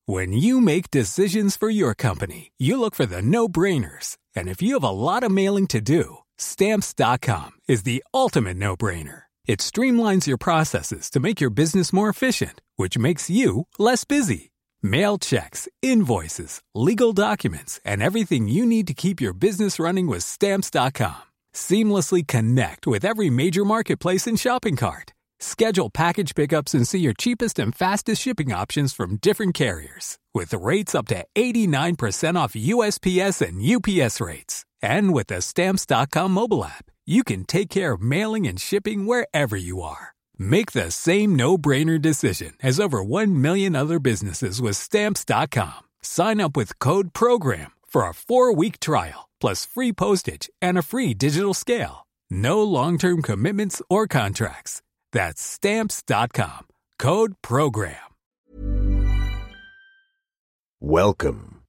When you make decisions for your company, you look for the no-brainers. And if you have a lot of mailing to do, Stamps.com is the ultimate no-brainer. It streamlines your processes to make your business more efficient, which makes you less busy. Mail checks, invoices, legal documents, and everything you need to keep your business running with Stamps.com. Seamlessly connect with every major marketplace and shopping cart. Schedule package pickups and see your cheapest and fastest shipping options from different carriers. With rates up to 89% off USPS and UPS rates. And with the Stamps.com mobile app, you can take care of mailing and shipping wherever you are. Make the same no-brainer decision as over 1 million other businesses with Stamps.com. Sign up with code PROGRAM for a 4-week trial, plus free postage and a free digital scale. No long-term commitments or contracts. That's Stamps.com. Code PROGRAM. Welcome.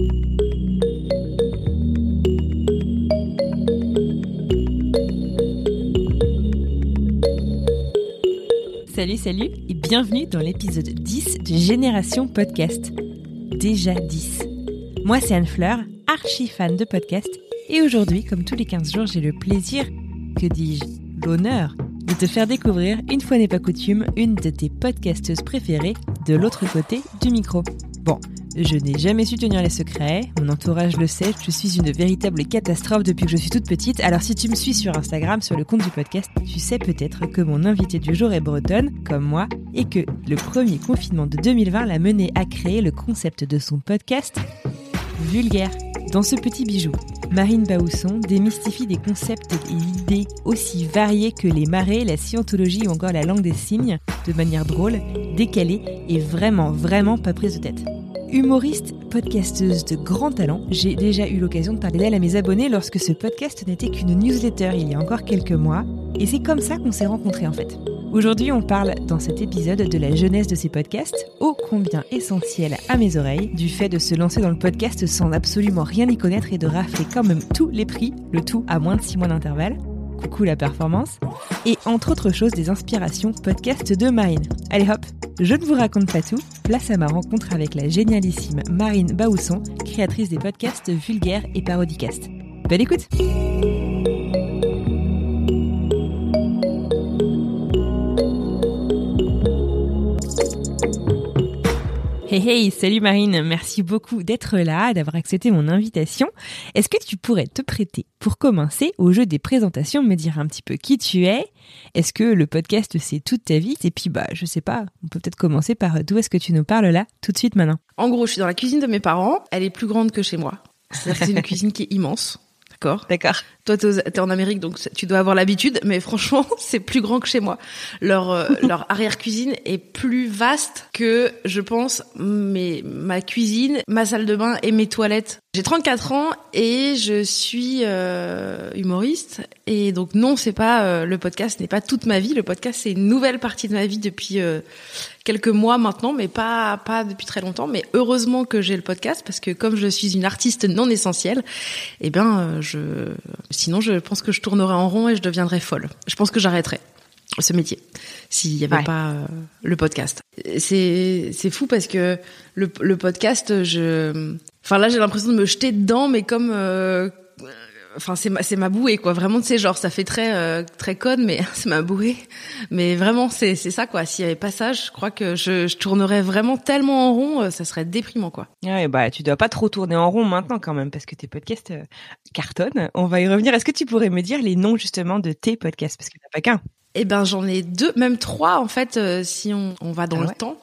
Salut et bienvenue dans l'épisode 10 de Génération Podcast. Déjà 10. Moi c'est Anne-Fleur, archi fan de podcast, et aujourd'hui, comme tous les 15 jours, j'ai le plaisir, que dis-je, l'honneur, de te faire découvrir, une fois n'est pas coutume, une de tes podcasteuses préférées de l'autre côté du micro. Bon, je n'ai jamais su tenir les secrets, mon entourage le sait, je suis une véritable catastrophe depuis que je suis toute petite, alors si tu me suis sur Instagram, sur le compte du podcast, tu sais peut-être que mon invitée du jour est bretonne, comme moi, et que le premier confinement de 2020 l'a menée à créer le concept de son podcast Vulgaire. Dans ce petit bijou, Marine Baousson démystifie des concepts et idées aussi variés que les marées, la scientologie ou encore la langue des signes, de manière drôle, décalée et vraiment pas prise de tête. Humoriste, podcasteuse de grand talent, j'ai déjà eu l'occasion de parler d'elle à mes abonnés lorsque ce podcast n'était qu'une newsletter il y a encore quelques mois, et c'est comme ça qu'on s'est rencontrés en fait. Aujourd'hui, on parle dans cet épisode de la jeunesse de ces podcasts, ô combien essentiel à mes oreilles, du fait de se lancer dans le podcast sans absolument rien y connaître et de rafler quand même tous les prix, le tout à moins de 6 mois d'intervalle. Coucou la performance. Et entre autres choses, des inspirations podcast de Marine. Allez hop, je ne vous raconte pas tout, place à ma rencontre avec la génialissime Marine Baousson, créatrice des podcasts Vulgaire et Parodicast. Bonne écoute! Hey, salut Marine, merci beaucoup d'être là, d'avoir accepté mon invitation. Est-ce que tu pourrais te prêter, pour commencer, au jeu des présentations, me dire un petit peu qui tu es? Est-ce que le podcast c'est toute ta vie? Et puis je sais pas, on peut peut-être commencer par d'où est-ce que tu nous parles là, tout de suite maintenant? En gros, je suis dans la cuisine de mes parents, elle est plus grande que chez moi. C'est-à-dire que c'est une cuisine qui est immense. D'accord. Toi, t'es en Amérique, donc tu dois avoir l'habitude, mais franchement, c'est plus grand que chez moi. Leur arrière-cuisine est plus vaste que, je pense, ma cuisine, ma salle de bain et mes toilettes. J'ai 34 ans et je suis humoriste. Et donc non, c'est pas le podcast n'est pas toute ma vie. Le podcast, c'est une nouvelle partie de ma vie depuis quelques mois maintenant, mais pas depuis très longtemps. Mais heureusement que j'ai le podcast, parce que comme je suis une artiste non essentielle, sinon je pense que je tournerais en rond et je deviendrais folle. Je pense que j'arrêterais ce métier s'il y avait pas le podcast. C'est fou parce que le podcast, là j'ai l'impression de me jeter dedans, mais comme c'est ma bouée quoi, vraiment, tu sais, genre ça fait très conne, mais c'est ma bouée, mais vraiment c'est ça quoi. S'il y avait pas ça, je crois que je tournerais vraiment tellement en rond, ça serait déprimant quoi. Ouais, tu dois pas trop tourner en rond maintenant quand même, parce que tes podcasts cartonnent. On va y revenir. Est-ce que tu pourrais me dire les noms justement de tes podcasts, parce que t'as pas qu'un? Eh ben j'en ai 2, même 3 en fait, si on va dans le temps.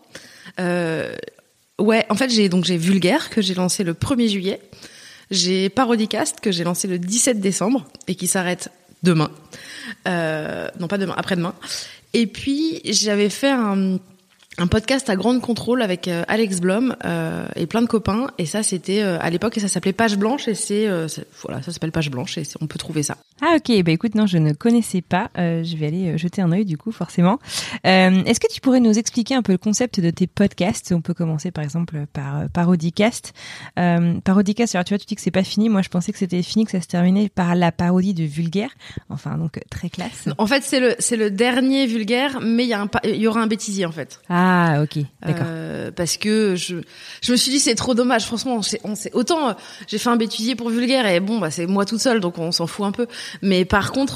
En fait j'ai Vulgaire que j'ai lancé le 1er juillet. J'ai Parodicast que j'ai lancé le 17 décembre et qui s'arrête demain. Non, pas demain, après-demain. Et puis, j'avais fait un podcast à grande contrôle avec Alex Blom et plein de copains. Et ça, c'était à l'époque, et ça s'appelait Page Blanche. Et ça s'appelle Page Blanche et on peut trouver ça. Ah ok, bah écoute, non, je ne connaissais pas. Je vais aller jeter un œil du coup, forcément. Est-ce que tu pourrais nous expliquer un peu le concept de tes podcasts ? On peut commencer par exemple par Parodicast. Parodicast, alors tu vois, tu dis que c'est pas fini. Moi, je pensais que c'était fini, que ça se terminait par la parodie de Vulgaire. Enfin, donc très classe. En fait, c'est le dernier Vulgaire, mais il y aura un bêtisier en fait. Ah ok, d'accord. Parce que je me suis dit c'est trop dommage. Franchement, autant j'ai fait un bêtisier pour Vulgaire et bon bah c'est moi toute seule, donc on s'en fout un peu. Mais par contre,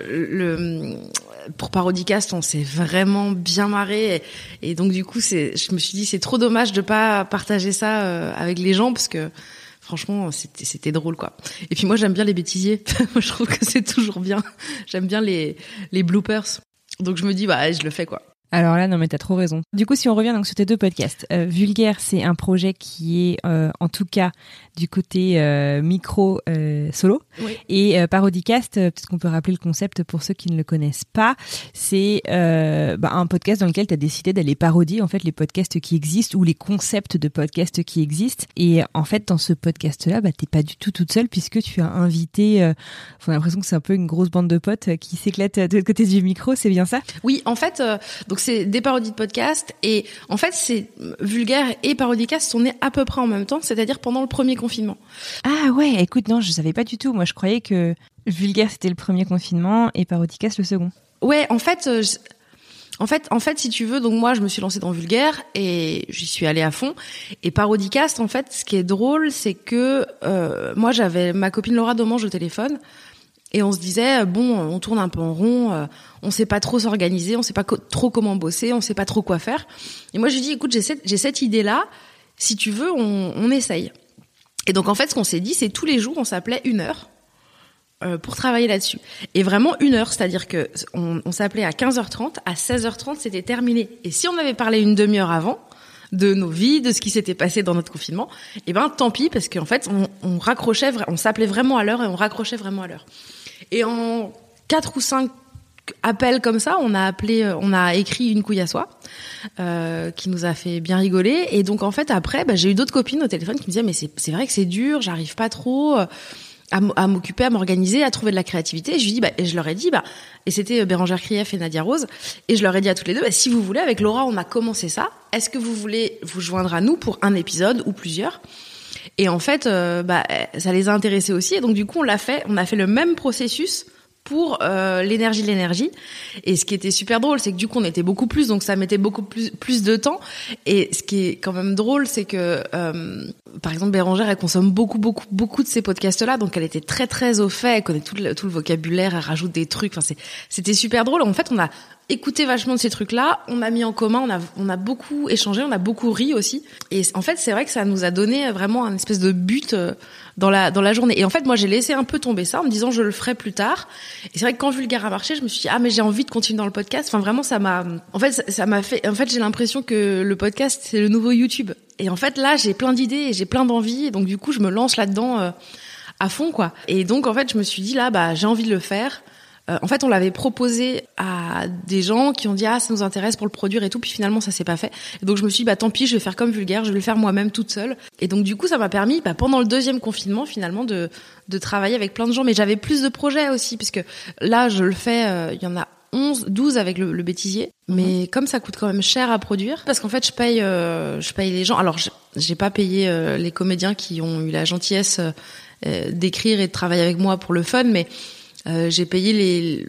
pour Parodicast, on s'est vraiment bien marré et donc du coup, je me suis dit c'est trop dommage de pas partager ça avec les gens parce que franchement, c'était drôle quoi. Et puis moi, j'aime bien les bêtisiers. Moi, je trouve que c'est toujours bien. J'aime bien les bloopers. Donc je me dis bah je le fais quoi. Alors là, non mais t'as trop raison. Du coup, si on revient donc sur tes deux podcasts, Vulgaire, c'est un projet qui est en tout cas du côté micro solo. Oui. Et Parodicast, peut-être qu'on peut rappeler le concept pour ceux qui ne le connaissent pas. C'est un podcast dans lequel t'as décidé d'aller parodier en fait les podcasts qui existent ou les concepts de podcasts qui existent. Et en fait, dans ce podcast-là, t'es pas du tout toute seule puisque tu as invité. On a l'impression que c'est un peu une grosse bande de potes qui s'éclatent de l'autre côté du micro. C'est bien ça ? Oui, en fait, donc c'est des parodies de podcasts et en fait, c'est Vulgaire et Parodicast sont nés à peu près en même temps, c'est-à-dire pendant le premier confinement. Ah ouais, écoute, non, je savais pas du tout. Moi, je croyais que Vulgaire c'était le premier confinement et Parodicast le second. Ouais, en fait, si tu veux, donc moi, je me suis lancée dans Vulgaire et j'y suis allée à fond. Et Parodicast, en fait, ce qui est drôle, c'est que moi, j'avais ma copine Laura Domange au téléphone. Et on se disait, bon, on tourne un peu en rond, on sait pas trop s'organiser, on sait pas trop comment bosser, on sait pas trop quoi faire. Et moi, je lui dis, écoute, j'ai cette idée-là, si tu veux, on essaye. Et donc, en fait, ce qu'on s'est dit, c'est tous les jours, on s'appelait 1 heure pour travailler là-dessus. Et vraiment 1 heure, c'est-à-dire que on s'appelait à 15h30, à 16h30, c'était terminé. Et si on avait parlé une demi-heure avant, de nos vies, de ce qui s'était passé dans notre confinement, et ben tant pis, parce qu'en fait, on raccrochait, on s'appelait vraiment à l'heure et on raccrochait vraiment à l'heure. Et en 4 ou 5 appels comme ça, on a écrit Une couille à soi, qui nous a fait bien rigoler. Et donc en fait après, j'ai eu d'autres copines au téléphone qui me disaient mais c'est vrai que c'est dur, j'arrive pas trop à m'occuper, à m'organiser, à trouver de la créativité. Et je lui dis et je leur ai dit et c'était Bérangère Krief et Nadia Rose, et je leur ai dit à toutes les deux si vous voulez, avec Laura on a commencé ça, est-ce que vous voulez vous joindre à nous pour un épisode ou plusieurs? Et en fait, ça les a intéressés aussi. Et donc, du coup, on a fait le même processus pour l'énergie. Et ce qui était super drôle, c'est que du coup, on était beaucoup plus, donc ça mettait beaucoup plus de temps. Et ce qui est quand même drôle, c'est que, par exemple, Bérangère, elle consomme beaucoup de ces podcasts-là, donc elle était très, très au fait, elle connaît tout le vocabulaire, elle rajoute des trucs. Enfin, c'était super drôle. En fait, on a écouté vachement de ces trucs-là, on a mis en commun, on a beaucoup échangé, on a beaucoup ri aussi. Et en fait, c'est vrai que ça nous a donné vraiment un espèce de but dans la journée. Et en fait, moi, j'ai laissé un peu tomber ça en me disant je le ferai plus tard. Et c'est vrai que quand Vulgaire a marché, je me suis dit mais j'ai envie de continuer dans le podcast. Enfin, vraiment, ça m'a fait. En fait, j'ai l'impression que le podcast c'est le nouveau YouTube. Et en fait, là, j'ai plein d'idées et j'ai plein d'envies. Et donc, du coup, je me lance là-dedans à fond, quoi. Et donc, en fait, je me suis dit j'ai envie de le faire. En fait, on l'avait proposé à des gens qui ont dit ça nous intéresse pour le produire et tout, puis finalement ça s'est pas fait. Et donc je me suis dit tant pis, je vais faire comme Vulgaire, je vais le faire moi-même toute seule. Et donc du coup, ça m'a permis pendant le deuxième confinement finalement de travailler avec plein de gens, mais j'avais plus de projets aussi parce que là, je le fais, il y en a 12 avec le bêtisier, mais comme ça coûte quand même cher à produire, parce qu'en fait je paye les gens. Alors j'ai pas payé les comédiens qui ont eu la gentillesse d'écrire et de travailler avec moi pour le fun, mais j'ai payé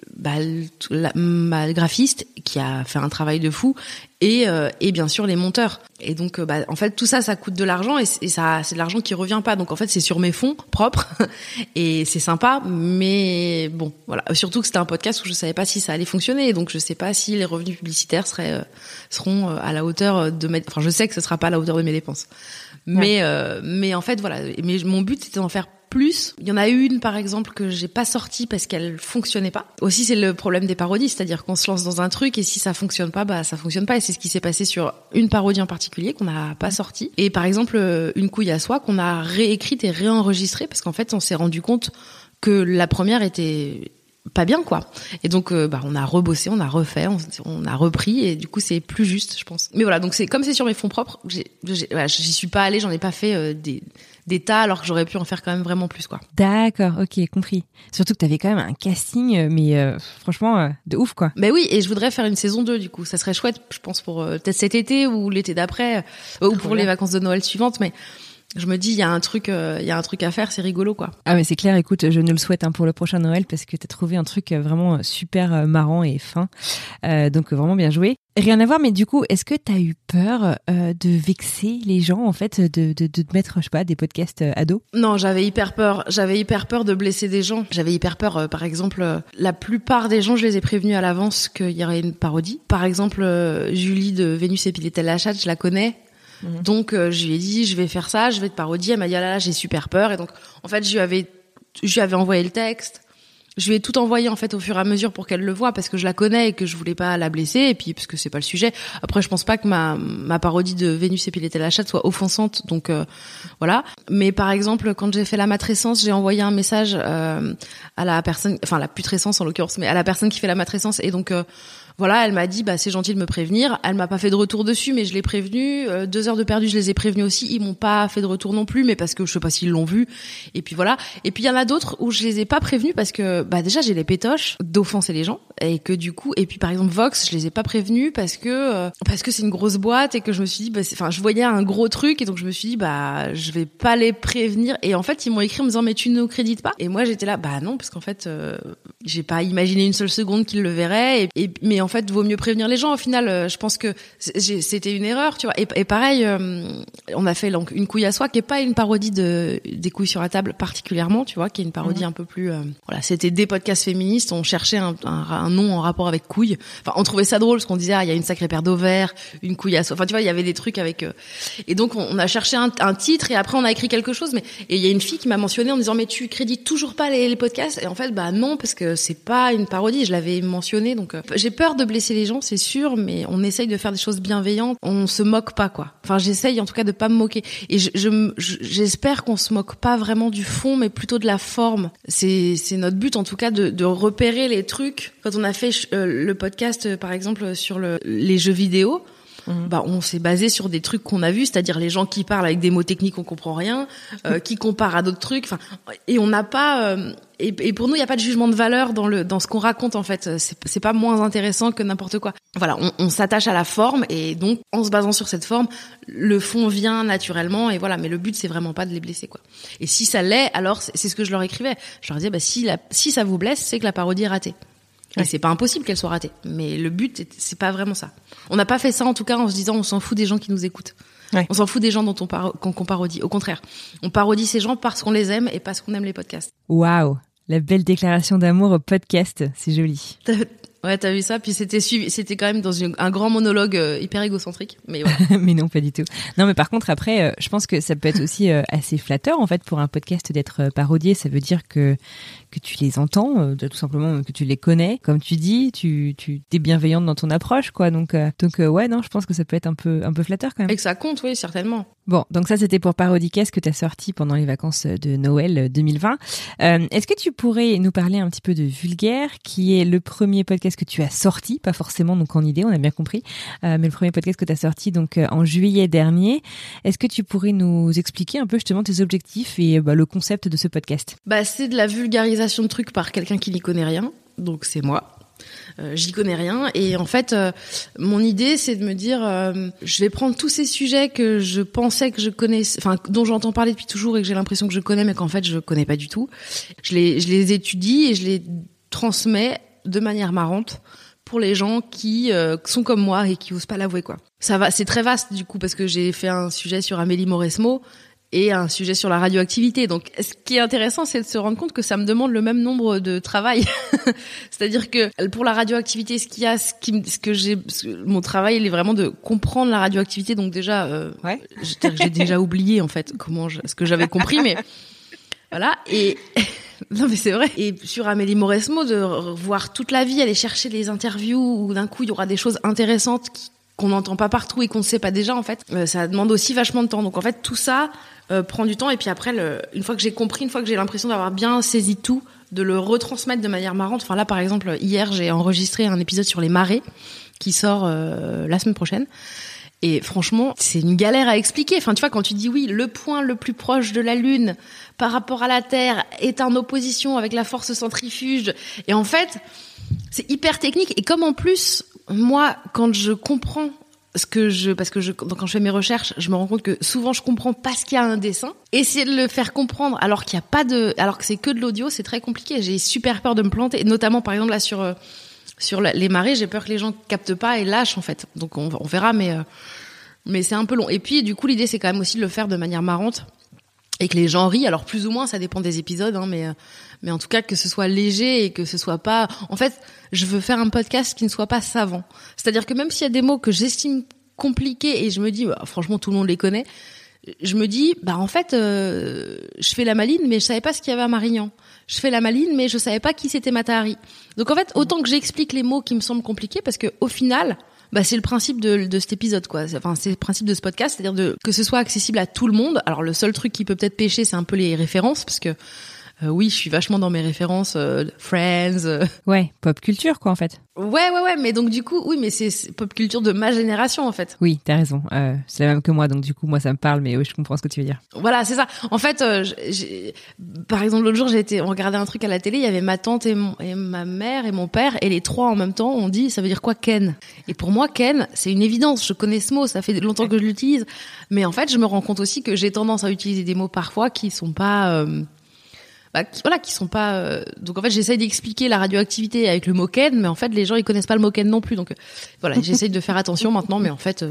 ma graphiste qui a fait un travail de fou et bien sûr les monteurs. Et donc en fait tout ça coûte de l'argent et ça c'est de l'argent qui revient pas. Donc en fait c'est sur mes fonds propres et c'est sympa, mais bon voilà, surtout que c'était un podcast où je savais pas si ça allait fonctionner, donc je sais pas si les revenus publicitaires seront à la hauteur de mes, enfin je sais que ce sera pas à la hauteur de mes dépenses. Mais en fait voilà, mais mon but c'était d'en faire plus. Il y en a une, par exemple, que j'ai pas sortie parce qu'elle fonctionnait pas. Aussi, c'est le problème des parodies, c'est-à-dire qu'on se lance dans un truc et si ça fonctionne pas, ça fonctionne pas. Et c'est ce qui s'est passé sur une parodie en particulier qu'on n'a pas sortie. Et par exemple, Une couille à soi qu'on a réécrite et réenregistrée parce qu'en fait, on s'est rendu compte que la première était pas bien, quoi. Et donc on a rebossé, on a refait, on a repris, et du coup c'est plus juste, je pense. Mais voilà, donc c'est comme c'est sur mes fonds propres, j'y suis pas allée, j'en ai pas fait des tas, alors que j'aurais pu en faire quand même vraiment plus, quoi. D'accord, ok, compris. Surtout que t'avais quand même un casting, mais franchement, de ouf, quoi. Ben oui, et je voudrais faire une saison 2, du coup. Ça serait chouette, je pense, pour peut-être cet été ou l'été d'après, ou pour les vacances de Noël suivantes, mais je me dis, il y a un truc à faire, c'est rigolo, quoi. Ah, mais c'est clair, écoute, je nous le souhaite pour le prochain Noël, parce que t'as trouvé un truc vraiment super marrant et fin. Donc vraiment bien joué. Rien à voir, mais du coup, est-ce que t'as eu peur de vexer les gens, en fait, de te mettre, je sais pas, des podcasts ados? Non, j'avais hyper peur de blesser des gens. J'avais hyper peur, par exemple, la plupart des gens, je les ai prévenus à l'avance qu'il y aurait une parodie. Par exemple, Julie de Vénus et Piletel la chatte, je la connais. Donc je lui ai dit, je vais faire ça, je vais te parodier. Elle m'a dit, ah là, j'ai super peur. Et donc en fait, je lui avais envoyé le texte. Je lui ai tout envoyé en fait au fur et à mesure pour qu'elle le voie, parce que je la connais et que je voulais pas la blesser, et puis parce que c'est pas le sujet. Après, je pense pas que ma parodie de Vénus et Piletel la chatte soit offensante, donc voilà. Mais par exemple, quand j'ai fait la matrescence, j'ai envoyé un message à la personne, enfin la putrescence en l'occurrence, mais à la personne qui fait la matrescence, et donc voilà, elle m'a dit, c'est gentil de me prévenir. Elle m'a pas fait de retour dessus, mais je l'ai prévenu. 2 heures de perdu, je les ai prévenus aussi. Ils m'ont pas fait de retour non plus, mais parce que je sais pas s'ils l'ont vu. Et puis voilà. Et puis il y en a d'autres où je les ai pas prévenus parce que, déjà, j'ai les pétoches d'offenser les gens. Et que du coup, et puis par exemple, Vox, je les ai pas prévenus parce que c'est une grosse boîte, et que je me suis dit, je voyais un gros truc, et donc je me suis dit, je vais pas les prévenir. Et en fait, ils m'ont écrit en me disant, mais tu ne nous crédites pas? Et moi, j'étais là, non, parce qu'en fait, j'ai pas imaginé une seule seconde qu'ils le verraient. Mais en fait, vaut mieux prévenir les gens. Au final, je pense que c'était une erreur, tu vois. Et pareil, on a fait donc une couille à soie, qui est pas une parodie des couilles sur la table particulièrement, tu vois, qui est une parodie un peu plus. Voilà, c'était des podcasts féministes. On cherchait un nom en rapport avec couille. Enfin, on trouvait ça drôle parce qu'on disait, il y a une sacrée paire d'ovaires, une couille à soie. Enfin, tu vois, il y avait des trucs avec. Et donc, on a cherché un titre, et après on a écrit quelque chose. Et il y a une fille qui m'a mentionné en me disant, mais tu crédites toujours pas les podcasts? Et en fait, non, parce que c'est pas une parodie. Je l'avais mentionné, donc j'ai peur de blesser les gens, c'est sûr, mais on essaye de faire des choses bienveillantes. On se moque pas, quoi. Enfin, j'essaye en tout cas de pas me moquer. Et j'espère qu'on se moque pas vraiment du fond, mais plutôt de la forme. C'est notre but, en tout cas, de repérer les trucs. Quand on a fait le podcast, par exemple, sur les jeux vidéo, on s'est basé sur des trucs qu'on a vus, c'est-à-dire les gens qui parlent avec des mots techniques, on comprend rien, qui comparent à d'autres trucs. Enfin, et on n'a pas. Et pour nous, il y a pas de jugement de valeur dans ce qu'on raconte, en fait. C'est pas moins intéressant que n'importe quoi. Voilà, on s'attache à la forme, et donc en se basant sur cette forme, le fond vient naturellement, et voilà. Mais le but, c'est vraiment pas de les blesser, quoi. Et si ça l'est, alors c'est ce que je leur écrivais. Je leur disais, si ça vous blesse, c'est que la parodie est ratée. Et c'est pas impossible qu'elle soit ratée, mais le but, c'est pas vraiment ça. On n'a pas fait ça, en tout cas, en se disant, on s'en fout des gens qui nous écoutent. Ouais. On s'en fout des gens qu'on parodie. Au contraire, on parodie ces gens parce qu'on les aime et parce qu'on aime les podcasts. Waouh, la belle déclaration d'amour au podcast, c'est joli. Ouais, t'as vu ça? Puis c'était quand même dans un grand monologue hyper égocentrique. Mais ouais. Mais non, pas du tout. Non, mais par contre, après, je pense que ça peut être aussi assez flatteur, en fait, pour un podcast d'être parodié. Ça veut dire que tu les entends, tout simplement, que tu les connais. Comme tu dis, tu es bienveillante dans ton approche, quoi. Donc ouais, non, je pense que ça peut être un peu flatteur quand même. Et que ça compte, oui, certainement. Bon, donc ça, c'était pour Parodicast que t'as sorti pendant les vacances de Noël 2020. Est-ce que tu pourrais nous parler un petit peu de Vulgaire, qui est le premier podcast que tu as sorti, pas forcément donc en idée, on a bien compris, mais le premier podcast que tu as sorti donc en juillet dernier. Est-ce que tu pourrais nous expliquer un peu justement tes objectifs et le concept de ce podcast? C'est de la vulgarisation de trucs par quelqu'un qui n'y connaît rien, donc c'est moi. J'y connais rien, et en fait mon idée c'est de me dire je vais prendre tous ces sujets que je pensais que je connaissais, enfin dont j'entends parler depuis toujours et que j'ai l'impression que je connais mais qu'en fait je connais pas du tout. Je les étudie et je les transmets de manière marrante pour les gens qui sont comme moi et qui osent pas l'avouer, quoi. Ça va, c'est très vaste du coup, parce que j'ai fait un sujet sur Amélie Mauresmo et un sujet sur la radioactivité. Donc, ce qui est intéressant, c'est de se rendre compte que ça me demande le même nombre de travail. C'est-à-dire que pour la radioactivité, mon travail, il est vraiment de comprendre la radioactivité. Donc déjà, j'ai déjà oublié en fait ce que j'avais compris, mais voilà. Et non, mais c'est vrai. Et sur Amélie Mauresmo, de voir toute la vie, aller chercher les interviews où d'un coup il y aura des choses intéressantes qu'on n'entend pas partout et qu'on ne sait pas déjà, en fait. Ça demande aussi vachement de temps. Donc en fait, tout ça prend du temps. Et puis après, une fois que j'ai compris, une fois que j'ai l'impression d'avoir bien saisi tout le retransmettre de manière marrante. Enfin là, par exemple, hier, j'ai enregistré un épisode sur les marées qui sort la semaine prochaine. Et franchement, c'est une galère à expliquer. Enfin, tu vois, quand tu dis oui, le point le plus proche de la Lune par rapport à la Terre est en opposition avec la force centrifuge. Et en fait, c'est hyper technique. Et comme en plus, moi, quand je comprends quand je fais mes recherches, je me rends compte que souvent je comprends parce qu'il y a un dessin. Essayer de le faire comprendre alors qu'il y a pas alors que c'est que de l'audio, c'est très compliqué. J'ai super peur de me planter. Et notamment, par exemple, là, sur les marées, j'ai peur que les gens captent pas et lâchent en fait. Donc on verra, mais c'est un peu long. Et puis du coup l'idée c'est quand même aussi de le faire de manière marrante et que les gens rient. Alors plus ou moins, ça dépend des épisodes, hein, mais en tout cas que ce soit léger et que ce soit pas. En fait, je veux faire un podcast qui ne soit pas savant. C'est-à-dire que même s'il y a des mots que j'estime compliqués et je me dis franchement tout le monde les connaît, je me dis en fait je fais la maline mais je savais pas ce qu'il y avait à Marignan. Je fais la maline, mais je savais pas qui c'était Mata Hari. Donc en fait, autant que j'explique les mots qui me semblent compliqués, parce que au final, c'est le principe de cet épisode, quoi. Enfin, c'est le principe de ce podcast, c'est-à-dire que ce soit accessible à tout le monde. Alors le seul truc qui peut peut-être pêcher, c'est un peu les références, parce que oui, je suis vachement dans mes références, Friends. Ouais, pop culture, quoi, en fait. Ouais, mais donc du coup, oui, mais c'est pop culture de ma génération, en fait. Oui, t'as raison. C'est la même que moi, donc du coup, moi, ça me parle, mais oui, je comprends ce que tu veux dire. Voilà, c'est ça. En fait, par exemple, l'autre jour, on regardait un truc à la télé, il y avait ma tante et ma mère et mon père, et les trois en même temps, on dit, ça veut dire quoi, Ken? Et pour moi, Ken, c'est une évidence. Je connais ce mot, ça fait longtemps que je l'utilise. Mais en fait, je me rends compte aussi que j'ai tendance à utiliser des mots parfois qui sont pas... qui sont pas donc en fait j'essaye d'expliquer la radioactivité avec le mot Ken, mais en fait les gens ils connaissent pas le mot Ken non plus, donc voilà, j'essaye de faire attention maintenant, mais en fait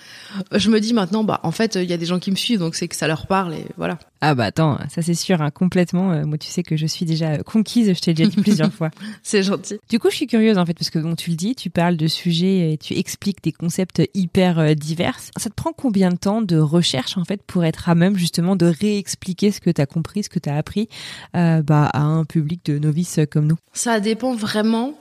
je me dis maintenant en fait il y a des gens qui me suivent, donc c'est que ça leur parle et voilà. Ah attends, ça c'est sûr, hein, complètement. Moi tu sais que je suis déjà conquise, je t'ai déjà dit plusieurs fois. C'est gentil. Du coup je suis curieuse en fait, parce que tu le dis, tu parles de sujets et tu expliques des concepts hyper divers. Ça te prend combien de temps de recherche en fait pour être à même justement de réexpliquer ce que t'as compris, ce que t'as appris à un public de novices comme nous? Ça dépend vraiment,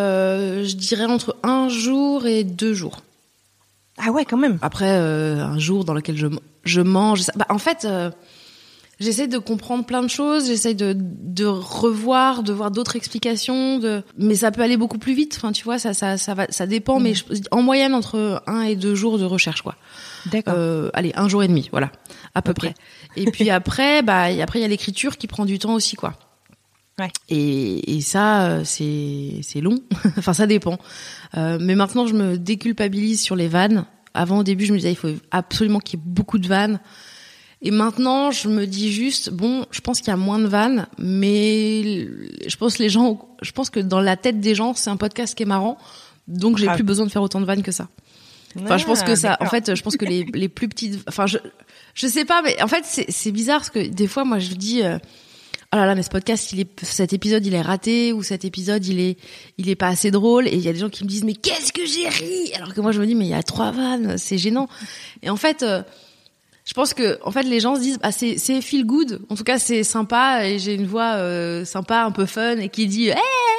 je dirais entre 1 jour et 2 jours. Ah ouais, quand même. Après un jour dans lequel je mange, en fait j'essaie de comprendre plein de choses, j'essaie de revoir, de voir d'autres explications, mais ça peut aller beaucoup plus vite. Enfin, tu vois, ça dépend, mais en moyenne entre 1 et 2 jours de recherche, quoi. D'accord. Allez, 1 jour et demi, voilà, à peu près. Et puis après, il y a l'écriture qui prend du temps aussi, quoi. Ouais. Et ça, c'est long. Enfin, ça dépend. Mais maintenant, je me déculpabilise sur les vannes. Avant, au début, je me disais, il faut absolument qu'il y ait beaucoup de vannes. Et maintenant, je me dis juste, je pense qu'il y a moins de vannes, mais je pense que dans la tête des gens, c'est un podcast qui est marrant, donc j'ai plus besoin de faire autant de vannes que ça. Enfin, je pense que ça, en fait, je pense que les plus petites, enfin, je sais pas, mais en fait, c'est bizarre parce que des fois, moi, je dis, oh là là, mais ce podcast, cet épisode, il est raté, ou cet épisode, il est pas assez drôle, et il y a des gens qui me disent, mais qu'est-ce que j'ai ri? Alors que moi, je me dis, mais il y a 3 vannes, c'est gênant. Et en fait, je pense que en fait les gens se disent c'est feel good, en tout cas c'est sympa et j'ai une voix sympa, un peu fun et qui dit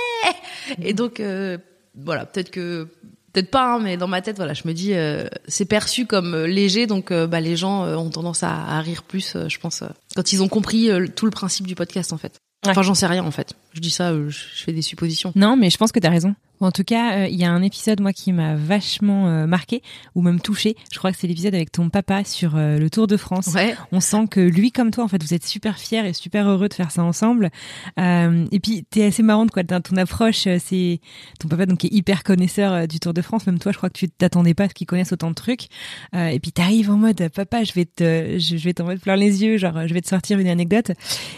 et donc voilà, peut-être pas, hein, mais dans ma tête voilà, je me dis c'est perçu comme léger, donc les gens ont tendance à rire plus, je pense, quand ils ont compris tout le principe du podcast en fait. Enfin, j'en sais rien en fait. Je dis ça, je fais des suppositions. Non, mais je pense que t'as raison. En tout cas, il y a un épisode, moi, qui m'a vachement marqué, ou même touché. Je crois que c'est l'épisode avec ton papa sur le Tour de France. Ouais. On sent que lui, comme toi, en fait, vous êtes super fiers et super heureux de faire ça ensemble. Et puis, t'es assez marrante, quoi. Ton approche, c'est ton papa, donc, qui est hyper connaisseur du Tour de France. Même toi, je crois que tu t'attendais pas à ce qu'il connaisse autant de trucs. Et puis, t'arrives en mode, papa, je vais t'en mettre plein les yeux, genre, je vais te sortir une anecdote.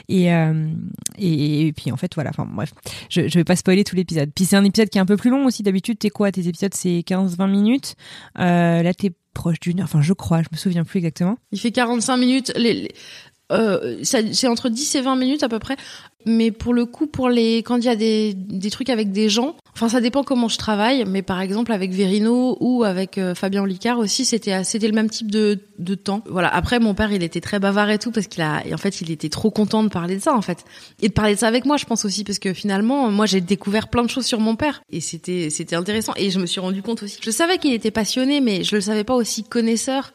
Et puis, en fait, voilà. Enfin, bref. Je vais pas spoiler tout l'épisode. Puis, c'est un épisode qui est un peu plus long aussi. D'habitude, t'es quoi? Tes épisodes, c'est 15-20 minutes. Là, t'es proche d'1 heure. Enfin, je crois. Je me souviens plus exactement. Il fait 45 minutes. C'est entre 10 et 20 minutes à peu près. Mais pour le coup, quand il y a des trucs avec des gens, enfin, ça dépend comment je travaille. Mais par exemple, avec Verino ou avec Fabien Olicard aussi, c'était le même type de temps. Voilà. Après, mon père, il était très bavard et tout parce il était trop content de parler de ça, en fait. Et de parler de ça avec moi, je pense aussi, parce que finalement, moi, j'ai découvert plein de choses sur mon père. Et c'était intéressant. Et je me suis rendu compte aussi. Je savais qu'il était passionné, mais je le savais pas aussi connaisseur.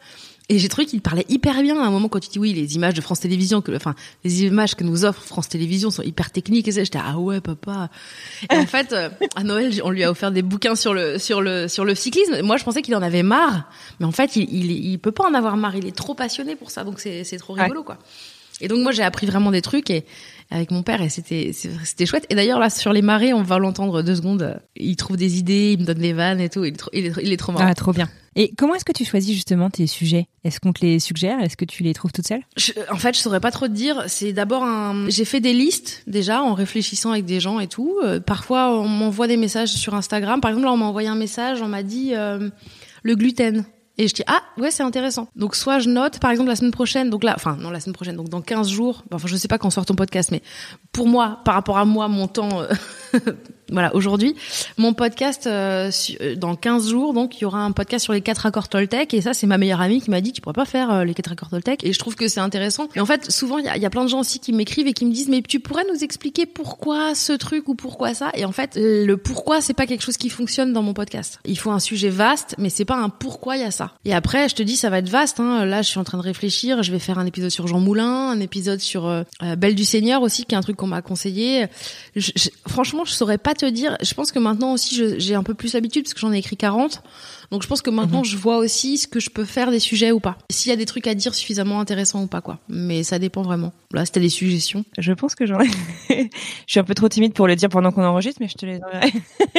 Et j'ai trouvé qu'il parlait hyper bien à un moment quand tu dis oui, les images de France Télévisions, les images que nous offre France Télévisions sont hyper techniques et ça, j'étais ah ouais papa. Et en fait, à Noël, on lui a offert des bouquins sur le cyclisme. Moi, je pensais qu'il en avait marre, mais en fait, il peut pas en avoir marre. Il est trop passionné pour ça, donc c'est trop rigolo quoi. Et donc moi, j'ai appris vraiment des trucs et avec mon père et c'était chouette. Et d'ailleurs là sur les marées, on va l'entendre 2 secondes. Il trouve des idées, il me donne des vannes et tout. Il est trop marrant. Ah, trop bien. Et comment est-ce que tu choisis justement tes sujets ? Est-ce qu'on te les suggère ? Est-ce que tu les trouves toute seule ? En fait, je saurais pas trop te dire. C'est d'abord j'ai fait des listes déjà en réfléchissant avec des gens et tout. Parfois, on m'envoie des messages sur Instagram. Par exemple, là, on m'a envoyé un message, on m'a dit le gluten. Et je dis ah ouais, c'est intéressant. Donc soit je note par exemple la semaine prochaine, donc dans 15 jours, enfin je sais pas quand sort ton podcast, mais pour moi, par rapport à moi, mon temps voilà, aujourd'hui, mon podcast dans 15 jours, donc il y aura un podcast sur les 4 accords Toltec et ça c'est ma meilleure amie qui m'a dit tu pourrais pas faire les 4 accords Toltec et je trouve que c'est intéressant. Et en fait, souvent il y a plein de gens aussi qui m'écrivent et qui me disent mais tu pourrais nous expliquer pourquoi ce truc ou pourquoi ça ? Et en fait, le pourquoi c'est pas quelque chose qui fonctionne dans mon podcast. Il faut un sujet vaste, mais c'est pas un pourquoi il y a ça. Et après, je te dis ça va être vaste hein. Là, je suis en train de réfléchir, je vais faire un épisode sur Jean Moulin, un épisode sur Belle du Seigneur aussi qui est un truc qu'on m'a conseillé. Franchement, je saurais pas te dire, je pense que maintenant aussi j'ai un peu plus l'habitude parce que j'en ai écrit 40. Donc je pense que maintenant je vois aussi ce que je peux faire des sujets ou pas. S'il y a des trucs à dire suffisamment intéressants ou pas quoi. Mais ça dépend vraiment. Là, c'était des suggestions. Je pense que j'en ai. Je suis un peu trop timide pour le dire pendant qu'on enregistre, mais je te les enverrai.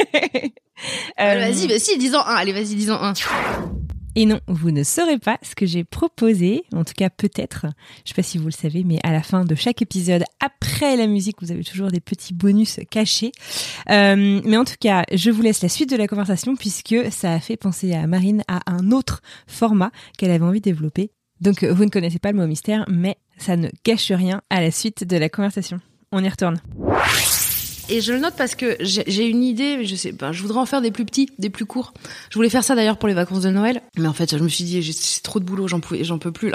Vas-y, dis-en un. Allez, vas-y, dis-en un. Et non, vous ne saurez pas ce que j'ai proposé, en tout cas peut-être, je sais pas si vous le savez, mais à la fin de chaque épisode, après la musique, vous avez toujours des petits bonus cachés. Mais en tout cas, je vous laisse la suite de la conversation puisque ça a fait penser à Marine à un autre format qu'elle avait envie de développer. Donc vous ne connaissez pas le mot mystère, mais ça ne gâche rien à la suite de la conversation. On y retourne. Et je le note parce que j'ai une idée, je sais pas, je voudrais en faire des plus petits, des plus courts. Je voulais faire ça d'ailleurs pour les vacances de Noël, mais en fait, je me suis dit c'est trop de boulot, j'en peux plus là.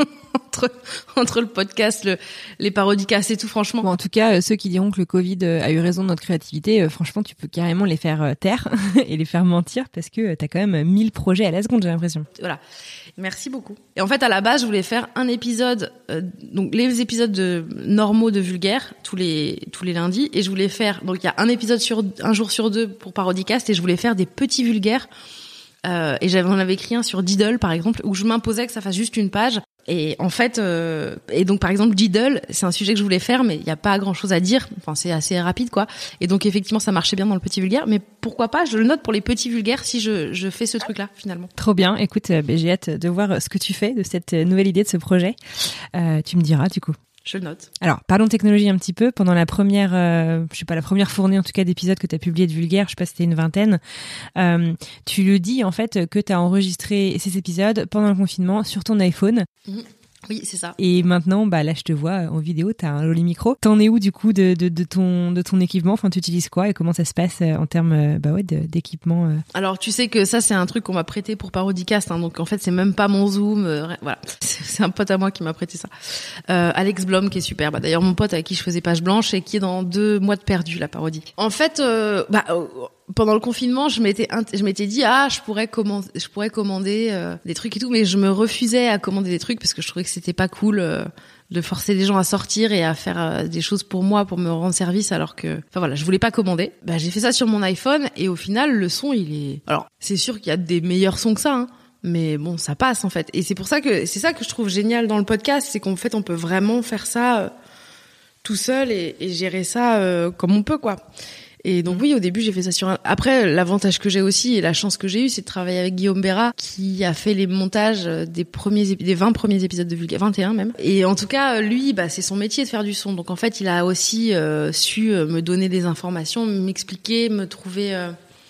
entre le podcast, les parodicasts et tout, franchement. Bon, en tout cas, ceux qui diront que le Covid a eu raison de notre créativité, franchement, tu peux carrément les faire taire et les faire mentir parce que t'as quand même 1000 projets à la seconde, j'ai l'impression. Voilà. Merci beaucoup. Et en fait, à la base, je voulais faire un épisode, donc les épisodes normaux de Vulgaire tous les lundis, et je voulais faire, donc il y a un jour sur 2 pour Parodicast, et je voulais faire des petits vulgaires. Et j'en avais écrit un sur Diddle par exemple où je m'imposais que ça fasse juste une page et en fait et donc par exemple Diddle c'est un sujet que je voulais faire mais il y a pas grand chose à dire, enfin c'est assez rapide quoi, et donc effectivement ça marchait bien dans le petit vulgaire, mais pourquoi pas, je le note pour les petits vulgaires si je fais ce truc là finalement. Trop bien, écoute, j'ai hâte de voir ce que tu fais de cette nouvelle idée de ce projet. Tu me diras du coup. Je le note. Alors, parlons de technologie un petit peu. Pendant la première, la première fournée en tout cas d'épisodes que tu as publié de Vulgaire, je sais pas si c'était une vingtaine, tu le dis en fait que tu as enregistré ces épisodes pendant le confinement sur ton iPhone. Mmh. Oui, c'est ça. Et maintenant, là, je te vois en vidéo, t'as un joli micro. T'en es où, du coup, de ton équipement? Enfin, tu utilises quoi et comment ça se passe en termes, d'équipement? Alors, tu sais que ça, c'est un truc qu'on m'a prêté pour Parodicast, hein, donc en fait, c'est même pas mon Zoom, voilà. C'est un pote à moi qui m'a prêté ça. Alex Blom, qui est super. D'ailleurs, mon pote avec qui je faisais Page Blanche et qui est dans 2 mois de perdu, la parodie. En fait, pendant le confinement, je m'étais dit je pourrais commander des trucs et tout, mais je me refusais à commander des trucs parce que je trouvais que c'était pas cool de forcer les gens à sortir et à faire des choses pour moi pour me rendre service alors que je voulais pas commander. J'ai fait ça sur mon iPhone et au final le son alors c'est sûr qu'il y a des meilleurs sons que ça hein. Mais bon, ça passe en fait. Et c'est ça que je trouve génial dans le podcast, c'est qu'en fait on peut vraiment faire ça tout seul et gérer ça comme on peut quoi. Et donc oui, au début, j'ai fait ça sur Après, l'avantage que j'ai aussi et la chance que j'ai eue, c'est de travailler avec Guillaume Bérat, qui a fait les montages des 20 premiers épisodes de Vulgaire, 21 même. Et en tout cas, lui, c'est son métier de faire du son. Donc en fait, il a aussi su me donner des informations, m'expliquer, me trouver...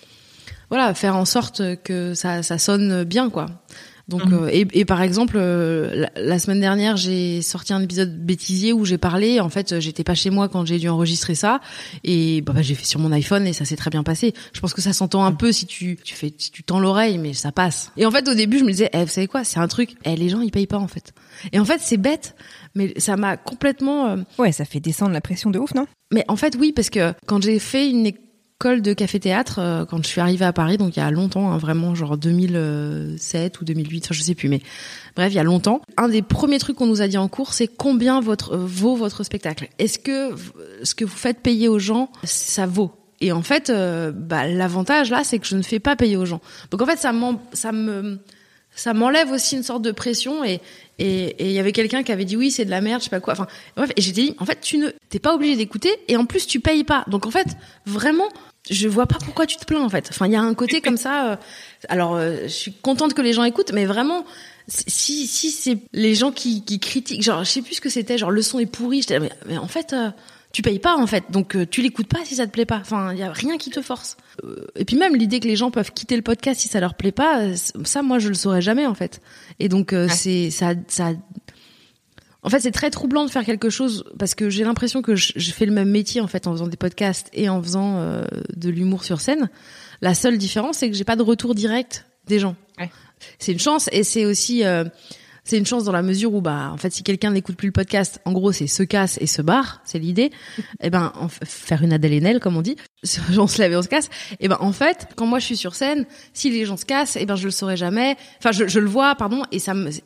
faire en sorte que ça sonne bien, quoi. Donc et par exemple la semaine dernière j'ai sorti un épisode bêtisier où j'ai parlé, en fait j'étais pas chez moi quand j'ai dû enregistrer ça et j'ai fait sur mon iPhone et ça s'est très bien passé. Je pense que ça s'entend un peu si tu tends l'oreille, mais ça passe. Et en fait au début je me disais vous savez quoi, c'est un truc les gens ils payent pas en fait. Et en fait c'est bête mais ça m'a complètement ouais, ça fait descendre la pression de ouf, non? Mais en fait oui, parce que quand j'ai fait école de café-théâtre quand je suis arrivée à Paris, donc il y a longtemps, hein, vraiment genre 2007 ou 2008, enfin je sais plus, mais bref, il y a longtemps. Un des premiers trucs qu'on nous a dit en cours, c'est combien vaut votre spectacle. Est-ce que ce que vous faites payer aux gens, ça vaut? Et en fait, l'avantage là, c'est que je ne fais pas payer aux gens. Donc en fait, ça m'enlève aussi une sorte de pression et il y avait quelqu'un qui avait dit oui, c'est de la merde, je sais pas quoi. Enfin, bref, et j'étais dit en fait, t'es pas obligé d'écouter et en plus tu payes pas. Donc en fait, vraiment, je vois pas pourquoi tu te plains en fait. Enfin, il y a un côté comme ça. Je suis contente que les gens écoutent, mais vraiment, si c'est les gens qui critiquent, genre je sais plus ce que c'était, genre le son est pourri. J'étais là, mais en fait. Tu payes pas en fait, donc tu l'écoutes pas si ça te plaît pas. Enfin, il y a rien qui te force. Et puis même l'idée que les gens peuvent quitter le podcast si ça leur plaît pas, ça moi je le saurais jamais en fait. Et donc c'est ça. En fait, c'est très troublant de faire quelque chose parce que j'ai l'impression que je fais le même métier en fait en faisant des podcasts et en faisant de l'humour sur scène. La seule différence, c'est que j'ai pas de retour direct des gens. Ouais. C'est une chance et c'est aussi c'est une chance dans la mesure où en fait si quelqu'un n'écoute plus le podcast, en gros c'est se casse et se barre, c'est l'idée. Et faire une Adèle Haenel comme on dit, on se lève et on se casse. Et en fait, quand moi je suis sur scène, si les gens se cassent, je le saurais jamais. Enfin je le vois, pardon, et ça me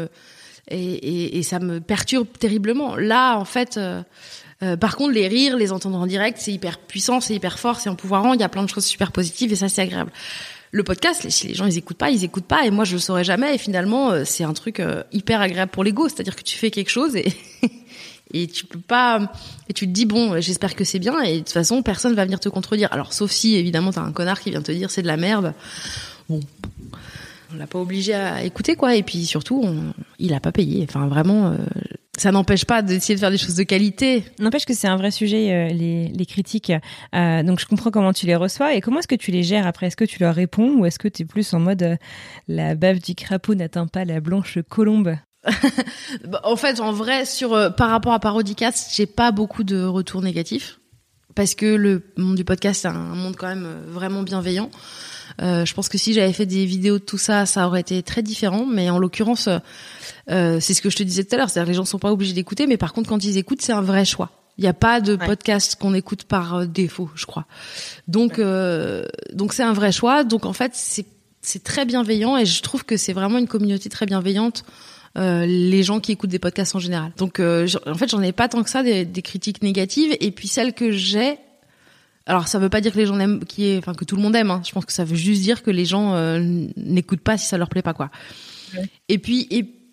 perturbe terriblement. Là en fait par contre les rires, les entendre en direct, c'est hyper puissant, c'est hyper fort, c'est empouvoirant, il y a plein de choses super positives et ça c'est agréable. Le podcast, si les gens ils écoutent pas et moi je le saurais jamais et finalement c'est un truc hyper agréable pour l'ego, c'est-à-dire que tu fais quelque chose et et tu peux pas et tu te dis bon, j'espère que c'est bien et de toute façon personne va venir te contredire. Alors sauf si évidemment t'as un connard qui vient te dire c'est de la merde. Bon, on l'a pas obligé à écouter quoi et puis surtout il a pas payé. Enfin vraiment ça n'empêche pas d'essayer de faire des choses de qualité. N'empêche que c'est un vrai sujet, les critiques. Donc je comprends comment tu les reçois et comment est-ce que tu les gères après. Est-ce que tu leur réponds ou est-ce que tu es plus en mode la bave du crapaud n'atteint pas la blanche colombe? En fait, en vrai, par rapport à Parodicast, j'ai pas beaucoup de retours négatifs parce que le monde du podcast c'est un monde quand même vraiment bienveillant. Je pense que si j'avais fait des vidéos de tout ça, ça aurait été très différent. Mais en l'occurrence, c'est ce que je te disais tout à l'heure. C'est-à-dire que les gens sont pas obligés d'écouter, mais par contre, quand ils écoutent, c'est un vrai choix. Il n'y a pas de podcast qu'on écoute par défaut, je crois. Donc c'est un vrai choix. Donc en fait, c'est très bienveillant et je trouve que c'est vraiment une communauté très bienveillante. Les gens qui écoutent des podcasts en général. Donc en fait, j'en ai pas tant que ça des critiques négatives. Et puis celles que j'ai. Alors ça veut pas dire que les gens aiment, que tout le monde aime. Hein. Je pense que ça veut juste dire que les gens n'écoutent pas si ça leur plaît pas quoi. Ouais. Et puis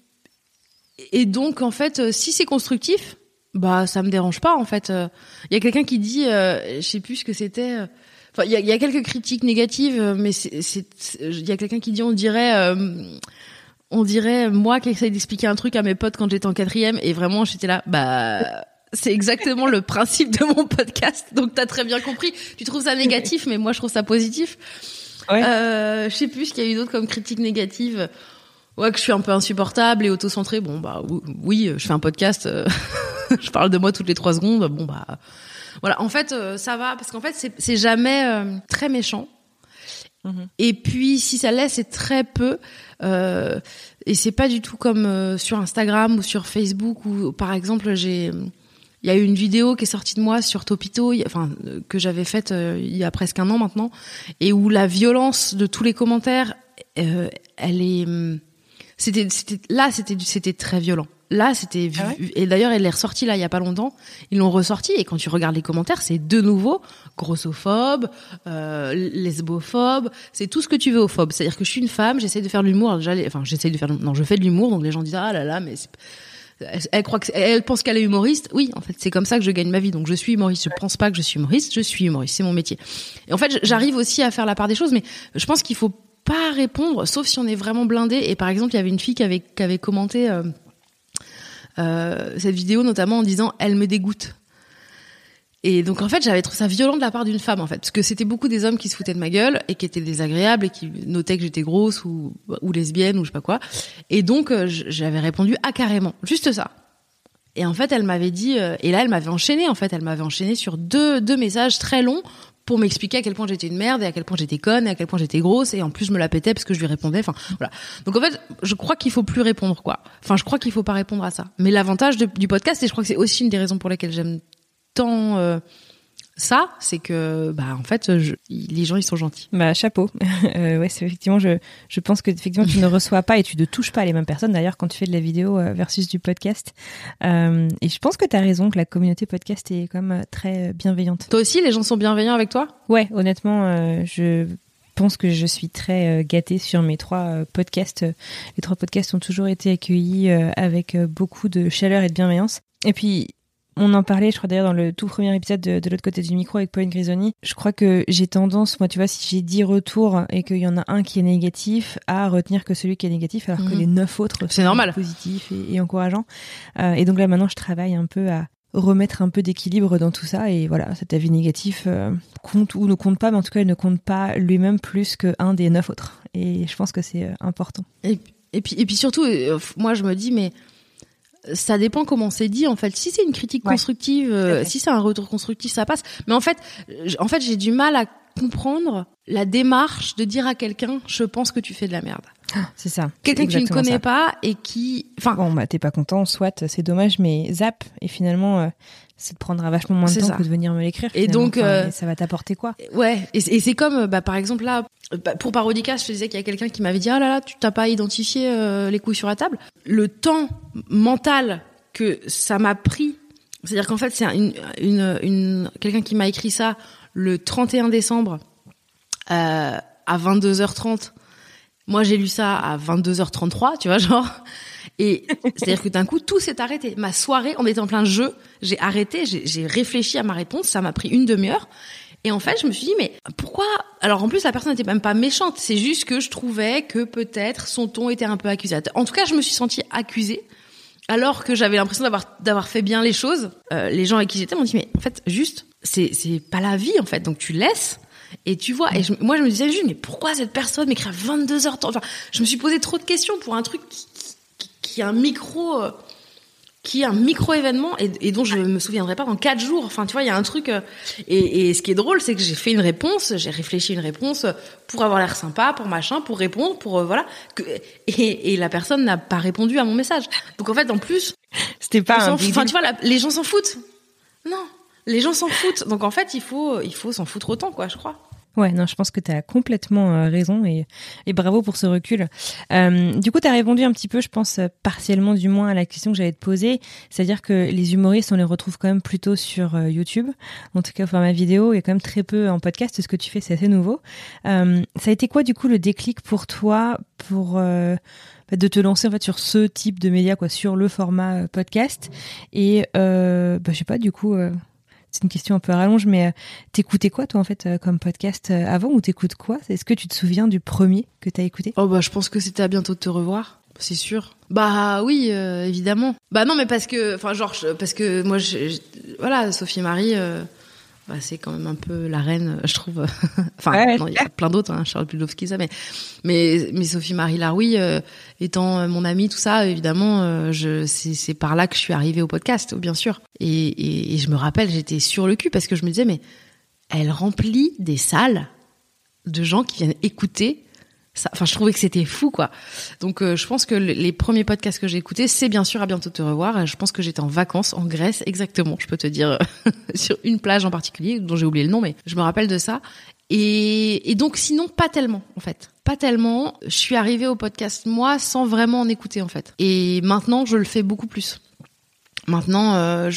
et donc en fait, si c'est constructif, ça me dérange pas en fait. Il y a quelqu'un qui dit, je sais plus ce que c'était. Enfin il y a quelques critiques négatives, mais il y a quelqu'un qui dit on dirait moi qui essaye d'expliquer un truc à mes potes quand j'étais en 4e et vraiment j'étais là c'est exactement le principe de mon podcast. Donc t'as très bien compris. Tu trouves ça négatif, mais moi je trouve ça positif. Ouais. Je sais plus ce qu'il y a eu d'autre comme critique négative. Ouais, que je suis un peu insupportable et auto-centrée. Bon oui, je fais un podcast. Je parle de moi toutes les 3 secondes. Voilà. En fait, ça va parce qu'en fait c'est jamais très méchant. Mm-hmm. Et puis si ça l'est, c'est très peu. Et c'est pas du tout comme sur Instagram ou sur Facebook où par exemple il y a eu une vidéo qui est sortie de moi sur Topito, que j'avais faite il y a presque 1 an maintenant, et où la violence de tous les commentaires, c'était très violent. Là, c'était et d'ailleurs, elle est ressortie là il y a pas longtemps. Ils l'ont ressortie et quand tu regardes les commentaires, c'est de nouveau grossophobe, lesbophobe, c'est tout ce que tu veux phobe. C'est-à-dire que je suis une femme, j'essaie de faire de l'humour. Je fais de l'humour, donc les gens disent ah là là, mais elle pense qu'elle est humoriste. Oui, en fait, c'est comme ça que je gagne ma vie. Donc, je suis humoriste. Je pense pas que je suis humoriste. Je suis humoriste. C'est mon métier. Et en fait, j'arrive aussi à faire la part des choses, mais je pense qu'il faut pas répondre, sauf si on est vraiment blindé. Et par exemple, il y avait une fille qui avait commenté cette vidéo, notamment en disant « Elle me dégoûte ». Et donc, en fait, j'avais trouvé ça violent de la part d'une femme, en fait. Parce que c'était beaucoup des hommes qui se foutaient de ma gueule et qui étaient désagréables et qui notaient que j'étais grosse ou lesbienne ou je sais pas quoi. Et donc, j'avais répondu « Ah, carrément ». Juste ça. Et en fait, elle m'avait dit... et là, elle m'avait enchaîné, en fait. Elle m'avait enchaîné sur deux messages très longs pour m'expliquer à quel point j'étais une merde et à quel point j'étais conne et à quel point j'étais grosse. Et en plus, je me la pétais parce que je lui répondais. Enfin, voilà. Donc, en fait, je crois qu'il faut plus répondre, quoi. Enfin, je crois qu'il faut pas répondre à ça. Mais l'avantage du podcast, et je crois que c'est aussi une des raisons pour lesquelles j'aime tant ça, c'est que en fait les gens ils sont gentils. Chapeau. Ouais, c'est effectivement je pense que effectivement tu ne reçois pas et tu ne touches pas les mêmes personnes d'ailleurs quand tu fais de la vidéo versus du podcast. Et je pense que tu as raison que la communauté podcast est quand même très bienveillante. Toi aussi les gens sont bienveillants avec toi ? Ouais, honnêtement je pense que je suis très gâtée sur mes 3 podcasts. Les 3 podcasts ont toujours été accueillis avec beaucoup de chaleur et de bienveillance. Et puis on en parlait, je crois d'ailleurs dans le tout premier épisode de l'autre côté du micro avec Pauline Grisoni. Je crois que j'ai tendance, moi tu vois, si j'ai 10 retours et qu'il y en a un qui est négatif, à retenir que celui qui est négatif, alors que les 9 autres c'est normal, positifs et encourageants. Et donc là maintenant je travaille un peu à remettre un peu d'équilibre dans tout ça, et voilà, cet avis négatif compte ou ne compte pas, mais en tout cas il ne compte pas lui-même plus qu'un des 9 autres. Et je pense que c'est important. Et puis surtout, moi je me dis, mais ça dépend comment c'est dit en fait. Si c'est une critique constructive, si c'est un retour constructif, ça passe. Mais en fait j'ai du mal à comprendre la démarche de dire à quelqu'un je pense que tu fais de la merde. C'est ça. Quelqu'un que tu ne connais pas et qui bon t'es pas content, soit c'est dommage, mais zap, et finalement ça te prendra vachement moins de temps que de venir me l'écrire. Et donc ça va t'apporter quoi? Ouais, et c'est comme par exemple là pour Parodicast, je te disais qu'il y a quelqu'un qui m'avait dit ah là là, tu t'as pas identifié les couilles sur la table. Le temps mental que ça m'a pris, c'est-à-dire qu'en fait c'est quelqu'un qui m'a écrit ça le 31 décembre à 22h30. Moi, j'ai lu ça à 22h33, tu vois, genre. Et c'est-à-dire que d'un coup, tout s'est arrêté. Ma soirée, on était en plein jeu. J'ai arrêté, j'ai réfléchi à ma réponse. Ça m'a pris une demi-heure. Et en fait, je me suis dit, mais pourquoi? Alors, en plus, la personne n'était même pas méchante. C'est juste que je trouvais que peut-être son ton était un peu accusateur. En tout cas, je me suis sentie accusée. Alors que j'avais l'impression d'avoir fait bien les choses. Les gens avec qui j'étais m'ont dit, mais en fait, juste, c'est pas la vie, en fait. Donc, tu laisses. Et tu vois, moi je me disais juste, mais pourquoi cette personne m'écrit à 22h? Enfin, je me suis posé trop de questions pour un truc qui est un micro événement et dont je me souviendrai pas dans 4 jours. Enfin, tu vois, il y a un truc. Et ce qui est drôle, c'est que j'ai fait une réponse, j'ai réfléchi une réponse pour avoir l'air sympa, pour machin, pour répondre, pour voilà. Et la personne n'a pas répondu à mon message. Donc en fait, en plus, c'était pas. Enfin, tu vois, les gens s'en foutent. Non. Les gens s'en foutent. Donc en fait, il faut s'en foutre autant, quoi, je crois. Ouais, non, je pense que tu as complètement raison et bravo pour ce recul. Du coup, tu as répondu un petit peu, je pense, partiellement du moins à la question que j'allais te poser. C'est-à-dire que les humoristes, on les retrouve quand même plutôt sur YouTube. En tout cas, au format vidéo, il y a quand même très peu en podcast. Ce que tu fais, c'est assez nouveau. Ça a été quoi, du coup, le déclic pour toi pour de te lancer en fait sur ce type de média, quoi, sur le format podcast? Et je sais pas, du coup... c'est une question un peu à rallonge, mais t'écoutais quoi, toi, en fait, comme podcast avant, ou t'écoutes quoi? Est-ce que tu te souviens du premier que t'as écouté? Je pense que c'était À bientôt de te revoir, c'est sûr. Oui, évidemment. Non, mais parce que moi, voilà, Sophie Marie, c'est quand même un peu la reine, je trouve. Non, il y a plein d'autres, Charles Pudlowski, ça, mais Sophie Marie Laroui, étant mon amie, tout ça, évidemment, c'est par là que je suis arrivée au podcast, bien sûr. Et je me rappelle, j'étais sur le cul parce que je me disais, mais elle remplit des salles de gens qui viennent écouter ça. Enfin, je trouvais que c'était fou, quoi. Donc, je pense que les premiers podcasts que j'ai écoutés, c'est bien sûr À bientôt de te revoir. Je pense que j'étais en vacances en Grèce, exactement. Je peux te dire sur une plage en particulier dont j'ai oublié le nom, mais je me rappelle de ça. Et donc, sinon, pas tellement, en fait. Pas tellement. Je suis arrivée au podcast, moi, sans vraiment en écouter, en fait. Et maintenant, je le fais beaucoup plus. Maintenant,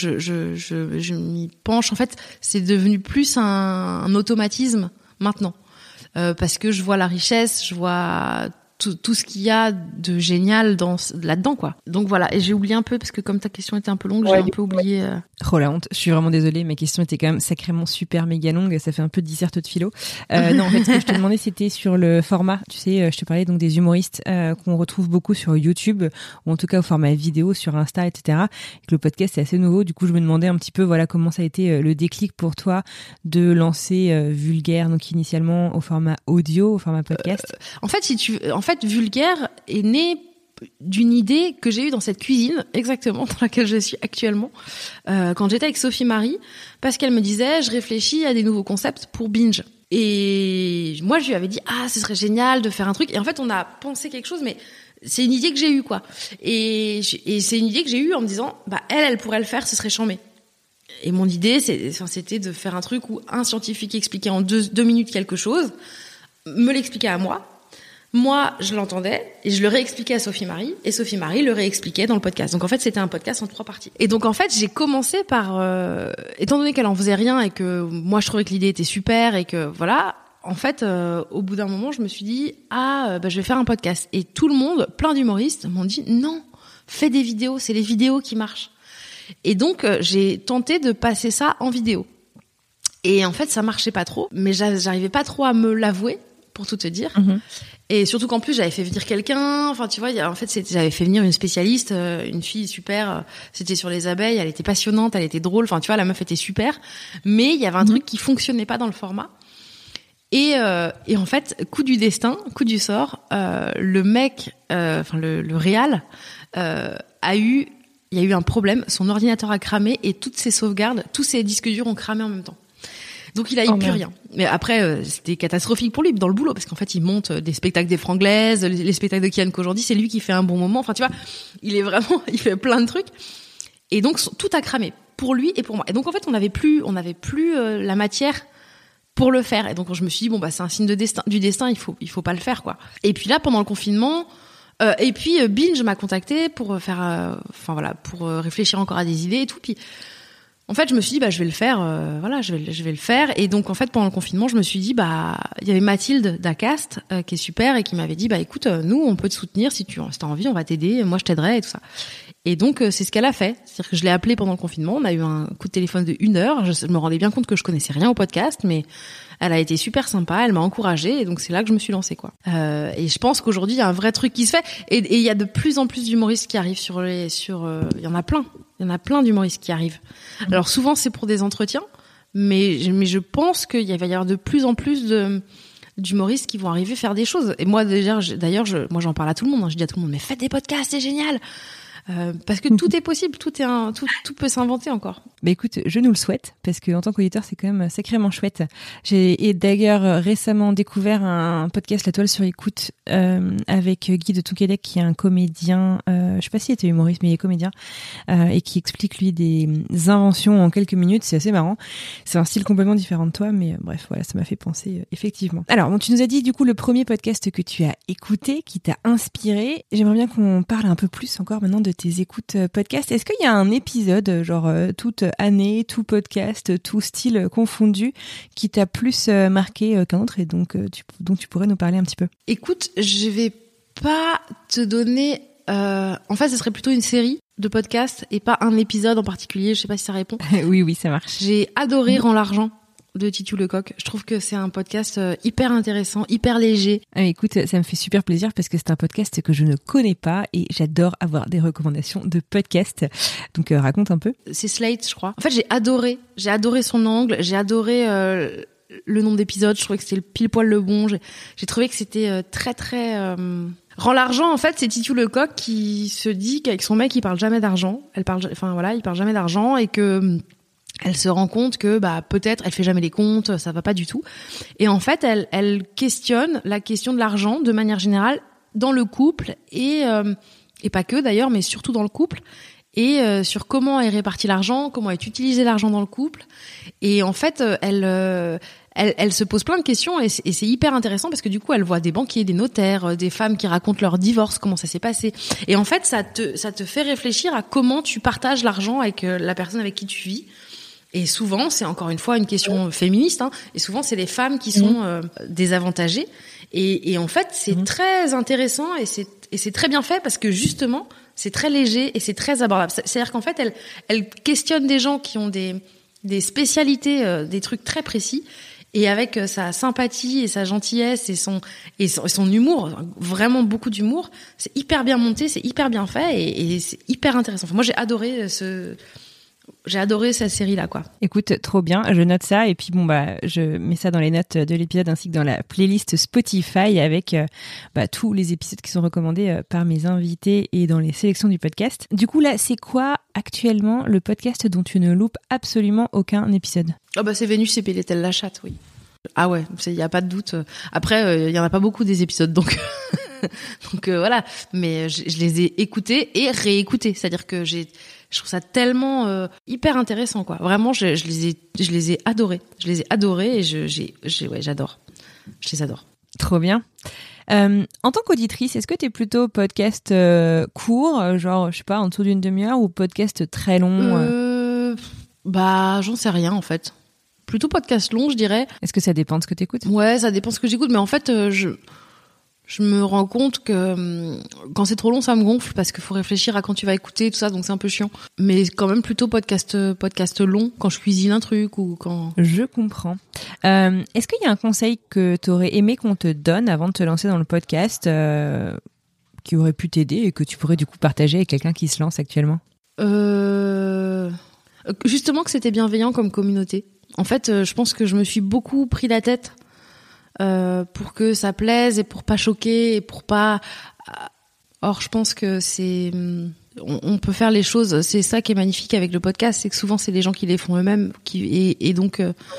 je m'y penche. En fait, c'est devenu plus un automatisme maintenant. Parce que je vois la richesse, je vois tout ce qu'il y a de génial là-dedans, quoi. Donc voilà, et j'ai oublié un peu, parce que comme ta question était un peu longue, j'ai un peu oublié... Oh la honte, je suis vraiment désolée, ma question était quand même sacrément super méga longue, ça fait un peu disserte de philo. Non, en fait, ce que je te demandais, c'était sur le format. Tu sais, je te parlais donc des humoristes qu'on retrouve beaucoup sur YouTube, ou en tout cas au format vidéo, sur Insta, etc. Et que le podcast, c'est assez nouveau. Du coup, je me demandais un petit peu, voilà, comment ça a été le déclic pour toi de lancer Vulgaire, donc initialement au format audio, au format podcast. En fait, Vulgaire est né d'une idée que j'ai eue dans cette cuisine, exactement dans laquelle je suis actuellement, quand j'étais avec Sophie Marie, parce qu'elle me disait, je réfléchis à des nouveaux concepts pour Binge. Et moi, je lui avais dit, ce serait génial de faire un truc. Et en fait, on a pensé quelque chose, mais c'est une idée que j'ai eue, quoi. Et c'est une idée que j'ai eue en me disant, elle pourrait le faire, ce serait chambé. Et mon idée, c'était de faire un truc où un scientifique expliquait en 2 minutes quelque chose, me l'expliquait à moi. Moi, je l'entendais et je le réexpliquais à Sophie Marie, et Sophie Marie le réexpliquait dans le podcast. Donc en fait, c'était un podcast en 3 parties. Et donc en fait, j'ai commencé par, étant donné qu'elle en faisait rien et que moi je trouvais que l'idée était super et que voilà, en fait, au bout d'un moment, je me suis dit je vais faire un podcast. Et tout le monde, plein d'humoristes, m'ont dit non, fais des vidéos, c'est les vidéos qui marchent. Et donc j'ai tenté de passer ça en vidéo. Et en fait, ça marchait pas trop, mais j'arrivais pas trop à me l'avouer, pour tout te dire. Mm-hmm. Et surtout qu'en plus, j'avais fait venir quelqu'un. Enfin, tu vois, en fait, j'avais fait venir une spécialiste, une fille super. C'était sur les abeilles. Elle était passionnante, elle était drôle. Enfin, tu vois, la meuf était super. Mais il y avait un truc qui fonctionnait pas dans le format. Et en fait, coup du destin, coup du sort, le mec, le réal, il y a eu un problème. Son ordinateur a cramé et toutes ses sauvegardes, tous ses disques durs ont cramé en même temps. Donc il a eu plus rien. Mais après c'était catastrophique pour lui dans le boulot parce qu'en fait il monte des spectacles des Franglaises, les spectacles de Kian qu'aujourd'hui c'est lui qui fait un bon moment. Enfin tu vois, il fait plein de trucs. Et donc tout a cramé pour lui et pour moi. Et donc en fait on n'avait plus la matière pour le faire. Et donc je me suis dit c'est un signe du destin, il faut pas le faire quoi. Et puis là pendant le confinement Binge m'a contacté pour faire pour réfléchir encore à des idées et tout. Puis en fait, je me suis dit, je vais le faire, je vais le faire. Et donc, en fait, pendant le confinement, je me suis dit, il y avait Mathilde d'Acast, qui est super, et qui m'avait dit, écoute, nous, on peut te soutenir si t'as envie, on va t'aider, moi, je t'aiderai et tout ça. Et donc, c'est ce qu'elle a fait. C'est-à-dire que je l'ai appelée pendant le confinement, on a eu un coup de téléphone de 1 heure, je me rendais bien compte que je connaissais rien au podcast, mais elle a été super sympa, elle m'a encouragée, et donc c'est là que je me suis lancée, quoi. Et je pense qu'aujourd'hui, il y a un vrai truc qui se fait, et il y a de plus en plus d'humoristes qui arrivent il y en a plein. Il y en a plein d'humoristes qui arrivent. Alors souvent c'est pour des entretiens, mais je pense qu'il va y avoir de plus en plus d'humoristes qui vont arriver faire des choses. Et moi d'ailleurs, moi j'en parle à tout le monde. Je dis à tout le monde, mais faites des podcasts, c'est génial. Parce que tout est possible, tout peut s'inventer encore. Écoute, je nous le souhaite parce que en tant qu'auditeur, c'est quand même sacrément chouette. J'ai d'ailleurs récemment découvert un podcast La Toile sur écoute avec Guy de Touquédec qui est un comédien. Je sais pas s'il était humoriste, mais il est comédien et qui explique lui des inventions en quelques minutes. C'est assez marrant. C'est un style complètement différent de toi, mais bref, voilà, ça m'a fait penser effectivement. Alors, tu nous as dit du coup le premier podcast que tu as écouté, qui t'a inspiré. J'aimerais bien qu'on parle un peu plus encore maintenant de tes écoutes podcast. Est-ce qu'il y a un épisode, genre toute année, tout podcast, tout style confondu, qui t'a plus marqué qu'un autre et donc dont tu pourrais nous parler un petit peu? Écoute, je vais pas te donner... en fait, ce serait plutôt une série de podcasts et pas un épisode en particulier. Je sais pas si ça répond. Oui, ça marche. J'ai adoré Rends l'argent de Titu Lecoq. Je trouve que c'est un podcast hyper intéressant, hyper léger. Écoute, ça me fait super plaisir parce que c'est un podcast que je ne connais pas et j'adore avoir des recommandations de podcasts. Donc raconte un peu. C'est Slate, je crois. En fait, j'ai adoré son angle, j'ai adoré le nombre d'épisodes, je trouvais que c'était pile poil le bon. J'ai trouvé que c'était très très Rends l'argent, en fait, c'est Titu Lecoq qui se dit qu'avec son mec, il parle jamais d'argent. Il parle jamais d'argent et que elle se rend compte que peut-être elle fait jamais les comptes, ça va pas du tout. Et en fait, elle questionne la question de l'argent de manière générale dans le couple et pas que d'ailleurs, mais surtout dans le couple et sur comment est réparti l'argent, comment est utilisé l'argent dans le couple. Et en fait, elle se pose plein de questions et c'est hyper intéressant parce que du coup, elle voit des banquiers, des notaires, des femmes qui racontent leur divorce, comment ça s'est passé. Et en fait, ça te fait réfléchir à comment tu partages l'argent avec la personne avec qui tu vis. Et souvent, c'est encore une fois une question féministe, et souvent c'est les femmes qui sont désavantagées. Et en fait, c'est très intéressant et c'est très bien fait parce que justement, c'est très léger et c'est très abordable. C'est-à-dire qu'en fait, elle questionne des gens qui ont des spécialités, des trucs très précis. Et avec sa sympathie et sa gentillesse et son humour, vraiment beaucoup d'humour, c'est hyper bien monté, c'est hyper bien fait et c'est hyper intéressant. Enfin, moi, j'ai adoré cette série-là, quoi. Écoute, trop bien, je note ça et puis je mets ça dans les notes de l'épisode ainsi que dans la playlist Spotify avec tous les épisodes qui sont recommandés par mes invités et dans les sélections du podcast. Du coup, là, c'est quoi actuellement le podcast dont tu ne loupes absolument aucun épisode? C'est Vénus et Pélétel la chatte, oui. Ah ouais, il y a pas de doute. Après, il y en a pas beaucoup des épisodes, donc Donc voilà, mais je les ai écoutés et réécoutés, c'est-à-dire que je trouve ça tellement hyper intéressant, quoi. Vraiment, je les ai adorés. Je les ai adorés et j'adore. Je les adore. Trop bien. En tant qu'auditrice, est-ce que t'es plutôt podcast court, genre je sais pas, en dessous d'une demi-heure, ou podcast très long J'en sais rien en fait. Plutôt podcast long, je dirais. Est-ce que ça dépend de ce que t'écoutes ? Ouais, ça dépend de ce que j'écoute, mais en fait, je me rends compte que quand c'est trop long, ça me gonfle parce qu'il faut réfléchir à quand tu vas écouter, tout ça, donc c'est un peu chiant. Mais quand même plutôt podcast long quand je cuisine un truc ou quand... Je comprends. Est-ce qu'il y a un conseil que t'aurais aimé qu'on te donne avant de te lancer dans le podcast qui aurait pu t'aider et que tu pourrais du coup partager avec quelqu'un qui se lance actuellement ? Justement que c'était bienveillant comme communauté. En fait, je pense que je me suis beaucoup pris la tête pour que ça plaise et pour pas choquer et pour pas... Or, je pense que on peut faire les choses. C'est ça qui est magnifique avec le podcast, c'est que souvent c'est les gens qui les font eux-mêmes, et donc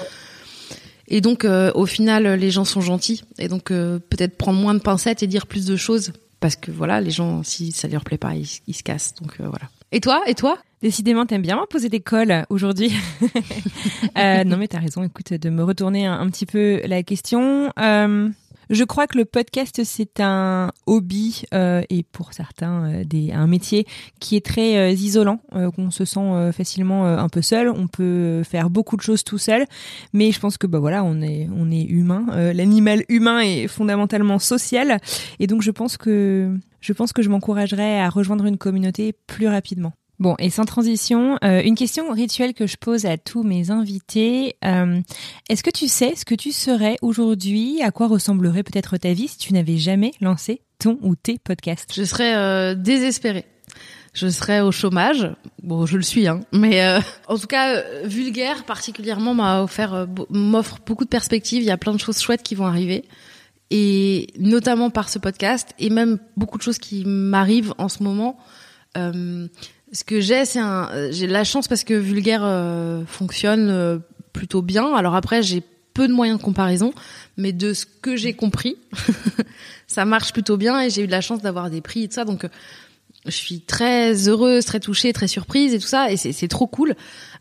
au final les gens sont gentils, et donc peut-être prendre moins de pincettes et dire plus de choses, parce que voilà, les gens, si ça leur plaît pas, ils se cassent. Donc voilà. Et toi ? Décidément, t'aimes bien poser des cols aujourd'hui. Non, mais t'as raison. Écoute, de me retourner un petit peu la question. Je crois que le podcast, c'est un hobby et pour certains, un métier qui est très isolant, qu'on se sent facilement un peu seul. On peut faire beaucoup de choses tout seul, mais je pense que voilà, on est humain. L'animal humain est fondamentalement social, et donc je pense que je m'encouragerais à rejoindre une communauté plus rapidement. Bon, et sans transition, une question rituelle que je pose à tous mes invités. Est-ce que tu sais ce que tu serais aujourd'hui, à quoi ressemblerait peut-être ta vie si tu n'avais jamais lancé ton ou tes podcasts ? Je serais désespérée. Je serais au chômage. Bon, je le suis, hein. Mais en tout cas, Vulgaire particulièrement m'offre beaucoup de perspectives. Il y a plein de choses chouettes qui vont arriver. Et notamment par ce podcast, et même beaucoup de choses qui m'arrivent en ce moment. Ce que j'ai la chance parce que Vulgaire fonctionne plutôt bien. Alors après, j'ai peu de moyens de comparaison, mais de ce que j'ai compris, ça marche plutôt bien, et j'ai eu de la chance d'avoir des prix et tout ça. Donc je suis très heureuse, très touchée, très surprise et tout ça, et c'est trop cool.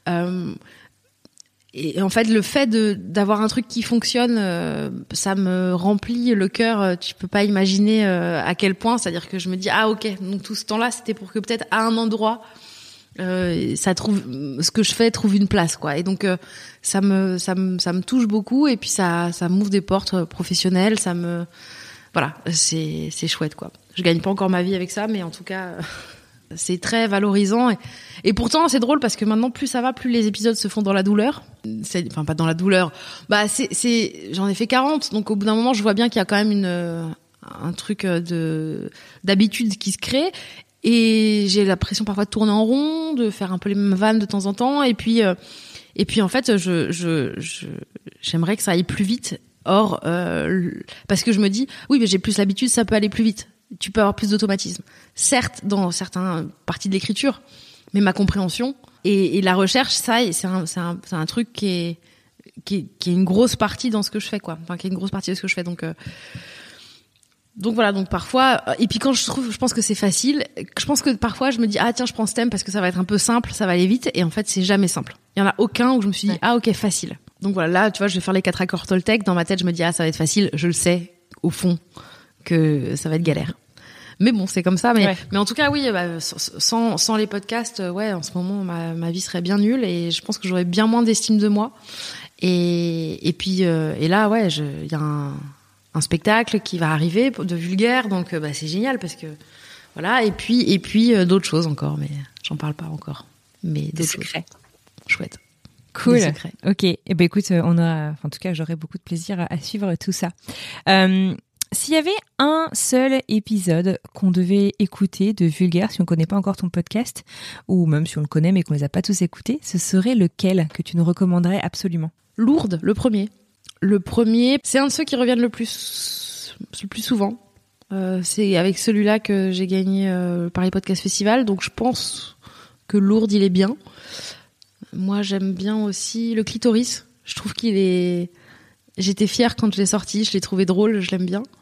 Et en fait, le fait d'avoir un truc qui fonctionne, ça me remplit le cœur. Tu peux pas imaginer à quel point. C'est-à-dire que je me dis, ah ok, donc tout ce temps-là, c'était pour que peut-être à un endroit, ce que je fais trouve une place, quoi. Et donc ça me touche beaucoup, et puis ça m'ouvre des portes professionnelles. Voilà, c'est chouette, quoi. Je gagne pas encore ma vie avec ça, mais en tout cas. C'est très valorisant, et pourtant c'est drôle parce que maintenant plus ça va, plus les épisodes se font dans la douleur. Enfin pas dans la douleur. J'en ai fait 40, donc au bout d'un moment je vois bien qu'il y a quand même un truc d'habitude qui se crée, et j'ai l'impression parfois de tourner en rond, de faire un peu les mêmes vannes de temps en temps, et puis en fait j'aimerais que ça aille plus vite. Or parce que je me dis oui, mais j'ai plus l'habitude, ça peut aller plus vite. Tu peux avoir plus d'automatisme. Certes, dans certaines parties de l'écriture, mais ma compréhension et la recherche, ça, c'est un truc qui est une grosse partie dans ce que je fais, quoi. Enfin, qui est une grosse partie de ce que je fais. Donc voilà. Donc parfois, et puis quand je pense que c'est facile. Je pense que parfois je me dis ah tiens, je prends ce thème parce que ça va être un peu simple, ça va aller vite. Et en fait, c'est jamais simple. Il y en a aucun où je me suis dit ah ok, facile. Donc voilà, là, tu vois, je vais faire les 4 accords Toltec. Dans ma tête, je me dis ah ça va être facile. Je le sais au fond que ça va être galère. Mais bon, c'est comme ça. Mais en tout cas, oui, sans les podcasts, en ce moment, ma vie serait bien nulle, et je pense que j'aurais bien moins d'estime de moi. Et puis, et là, il y a un spectacle qui va arriver de Vulgaire, donc c'est génial parce que voilà. Et puis d'autres choses encore, mais j'en parle pas encore. Mais d'autres choses chouettes. Cool. Ok. Et écoute, en tout cas, j'aurais beaucoup de plaisir à suivre tout ça. S'il y avait un seul épisode qu'on devait écouter de Vulgaire, si on ne connaît pas encore ton podcast, ou même si on le connaît mais qu'on ne les a pas tous écoutés, ce serait lequel que tu nous recommanderais absolument ? Lourdes, le premier. Le premier, c'est un de ceux qui reviennent le plus souvent. C'est avec celui-là que j'ai gagné le Paris Podcast Festival, donc je pense que Lourdes, il est bien. Moi, j'aime bien aussi le Clitoris. Je trouve qu'il est... J'étais fière quand je l'ai sorti, je l'ai trouvé drôle, je l'aime bien.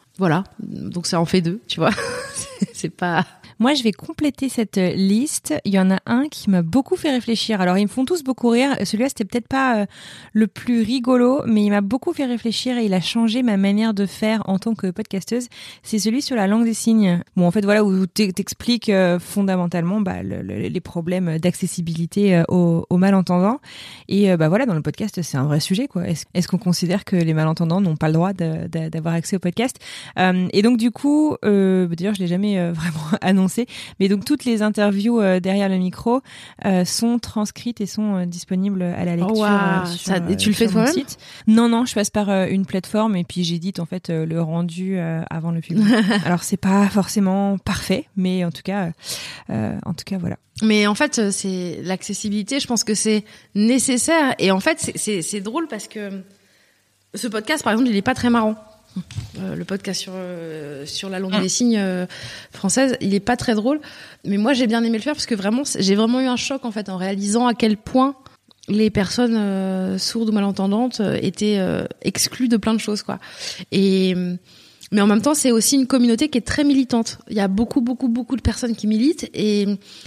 Voilà, donc ça en fait 2, tu vois. C'est pas... Moi, je vais compléter cette liste. Il y en a un qui m'a beaucoup fait réfléchir. Alors, ils me font tous beaucoup rire. Celui-là, c'était peut-être pas le plus rigolo, mais il m'a beaucoup fait réfléchir et il a changé ma manière de faire en tant que podcasteuse. C'est celui sur la langue des signes. Bon, en fait, voilà, où t'expliques fondamentalement les problèmes d'accessibilité aux malentendants. Et voilà, dans le podcast, c'est un vrai sujet, quoi. Est-ce qu'on considère que les malentendants n'ont pas le droit d'avoir accès au podcast ? Et donc, du coup, d'ailleurs, je l'ai jamais vraiment annoncé. Mais donc toutes les interviews derrière le micro sont transcrites et sont disponibles à la lecture. Et tu le fais toi-même ? Site. Non, je passe par une plateforme et puis j'édite en fait le rendu avant le public. Alors c'est pas forcément parfait, mais en tout cas voilà. Mais en fait, c'est l'accessibilité. Je pense que c'est nécessaire et en fait c'est drôle parce que ce podcast, par exemple, il est pas très marrant. Le podcast sur la langue des signes française, il est pas très drôle, mais moi j'ai bien aimé le faire parce que vraiment j'ai vraiment eu un choc en fait en réalisant à quel point les personnes sourdes ou malentendantes étaient exclues de plein de choses, quoi. Mais en même temps, c'est aussi une communauté qui est très militante. Il y a beaucoup de personnes qui militent et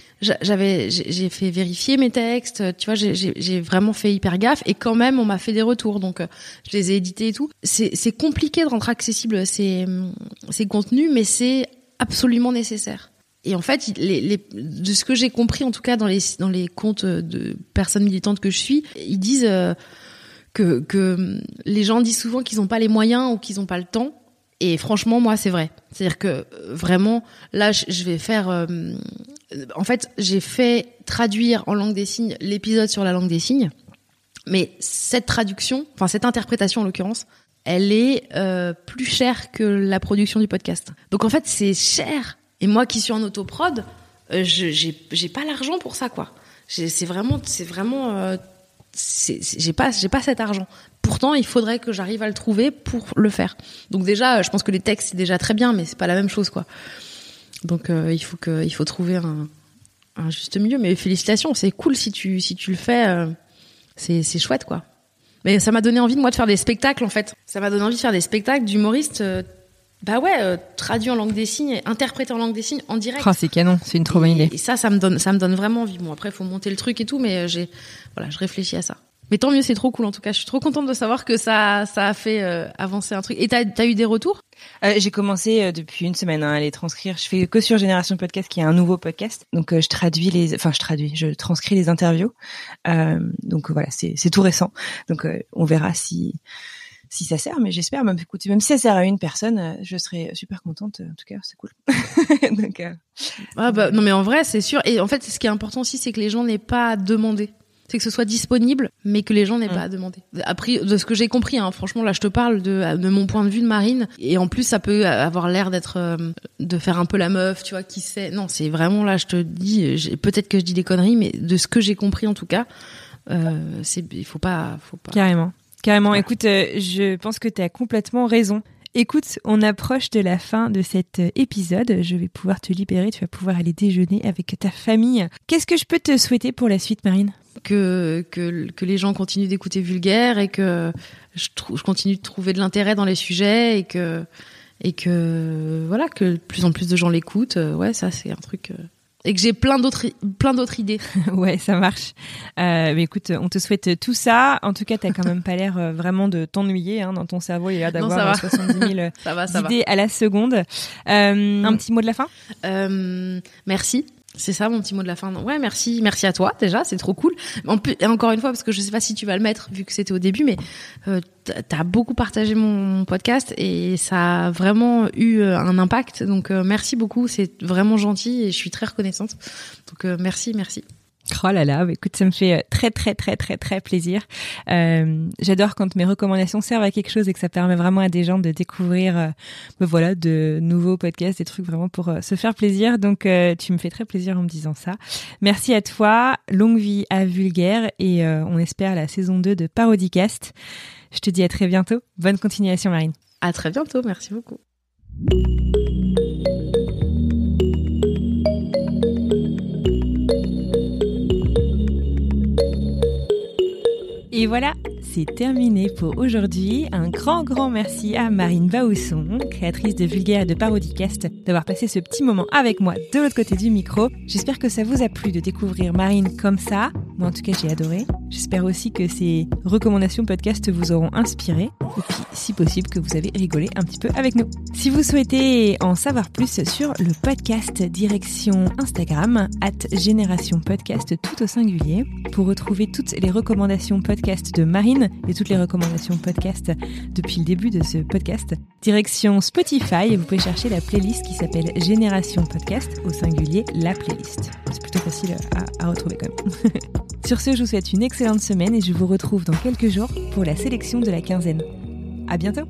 j'ai fait vérifier mes textes, tu vois, j'ai vraiment fait hyper gaffe et quand même on m'a fait des retours, donc je les ai édités et tout. C'est compliqué de rendre accessible ces contenus, mais c'est absolument nécessaire. Et en fait, de ce que j'ai compris, en tout cas dans les comptes de personnes militantes que je suis, ils disent que les gens disent souvent qu'ils n'ont pas les moyens ou qu'ils n'ont pas le temps. Et franchement, moi, c'est vrai. C'est-à-dire que vraiment, là, je vais faire... en fait, j'ai fait traduire en langue des signes l'épisode sur la langue des signes. Mais cette traduction, enfin cette interprétation en l'occurrence, elle est plus chère que la production du podcast. Donc en fait, c'est cher. Et moi qui suis en autoprod, j'ai pas l'argent pour ça, quoi. J'ai pas cet argent. Pourtant, il faudrait que j'arrive à le trouver pour le faire. Donc déjà, je pense que les textes c'est déjà très bien, mais c'est pas la même chose, quoi. Donc il faut trouver un juste milieu. Mais félicitations, c'est cool si tu le fais, c'est chouette, quoi. Mais ça m'a donné envie moi de faire des spectacles, en fait. Ça m'a donné envie de faire des spectacles d'humoristes. Traduit en langue des signes, interprété en langue des signes en direct. Oh, c'est canon, c'est une trop bonne idée. Et ça me donne vraiment envie. Bon, après, il faut monter le truc et tout, mais je réfléchis à ça. Mais tant mieux, c'est trop cool en tout cas. Je suis trop contente de savoir que ça a fait avancer un truc. Et t'as eu des retours ? J'ai commencé depuis une semaine à les transcrire. Je fais que sur Génération Podcast, qui est un nouveau podcast. Donc je transcris les interviews. Donc voilà, c'est tout récent. Donc on verra si ça sert, mais j'espère. Même si ça sert à une personne, je serai super contente. En tout cas, c'est cool. Donc, non, mais en vrai, c'est sûr. Et en fait, ce qui est important aussi, c'est que les gens n'aient pas à demander. C'est que ce soit disponible, mais que les gens n'aient pas à demander. Après, de ce que j'ai compris, hein, franchement, là, je te parle de mon point de vue de Marine. Et en plus, ça peut avoir l'air de faire un peu la meuf, tu vois, qui sait. Non, c'est vraiment, là, je te dis, peut-être que je dis des conneries, mais de ce que j'ai compris, en tout cas, il faut pas. Carrément. Ouais. Écoute, je pense que tu as complètement raison. Écoute, on approche de la fin de cet épisode. Je vais pouvoir te libérer. Tu vas pouvoir aller déjeuner avec ta famille. Qu'est-ce que je peux te souhaiter pour la suite, Marine ? Que les gens continuent d'écouter Vulgaire et que je continue de trouver de l'intérêt dans les sujets et que voilà, que de plus en plus de gens l'écoutent. Ouais, ça c'est un truc. Et que j'ai plein d'autres idées. Ouais, ça marche. Mais écoute, on te souhaite tout ça. En tout cas, t'as quand même pas l'air vraiment de t'ennuyer, hein, dans ton cerveau. Il y a l'air d'avoir 70 000 idées à la seconde. Un petit mot de la fin ? Merci. C'est ça mon petit mot de la fin. Ouais, merci à toi déjà, c'est trop cool. Et encore une fois, parce que je sais pas si tu vas le mettre vu que c'était au début, mais t'as beaucoup partagé mon podcast et ça a vraiment eu un impact. Donc merci beaucoup, c'est vraiment gentil et je suis très reconnaissante. Donc merci. Oh là là, écoute, ça me fait très très très très très plaisir. J'adore quand mes recommandations servent à quelque chose et que ça permet vraiment à des gens de découvrir de nouveaux podcasts, des trucs vraiment pour se faire plaisir. Donc tu me fais très plaisir en me disant ça. Merci à toi, longue vie à Vulgaire et on espère la saison 2 de Parodicast. Je te dis à très bientôt. Bonne continuation, Marine. À très bientôt, merci beaucoup. Et voilà, c'est terminé pour aujourd'hui. Un grand merci à Marine Bausson, créatrice de Vulgaire et de Parodicast, d'avoir passé ce petit moment avec moi de l'autre côté du micro. J'espère que ça vous a plu de découvrir Marine comme ça. Moi, en tout cas, j'ai adoré. J'espère aussi que ces recommandations podcast vous auront inspiré. Et puis, si possible, que vous avez rigolé un petit peu avec nous. Si vous souhaitez en savoir plus sur le podcast, direction Instagram, @générationpodcast tout au singulier, pour retrouver toutes les recommandations podcast de Marine et toutes les recommandations podcast depuis le début de ce podcast. Direction Spotify, et vous pouvez chercher la playlist qui s'appelle Génération Podcast, au singulier, la playlist. C'est plutôt facile à retrouver quand même. Sur ce, je vous souhaite une excellente semaine et je vous retrouve dans quelques jours pour la sélection de la quinzaine. À bientôt!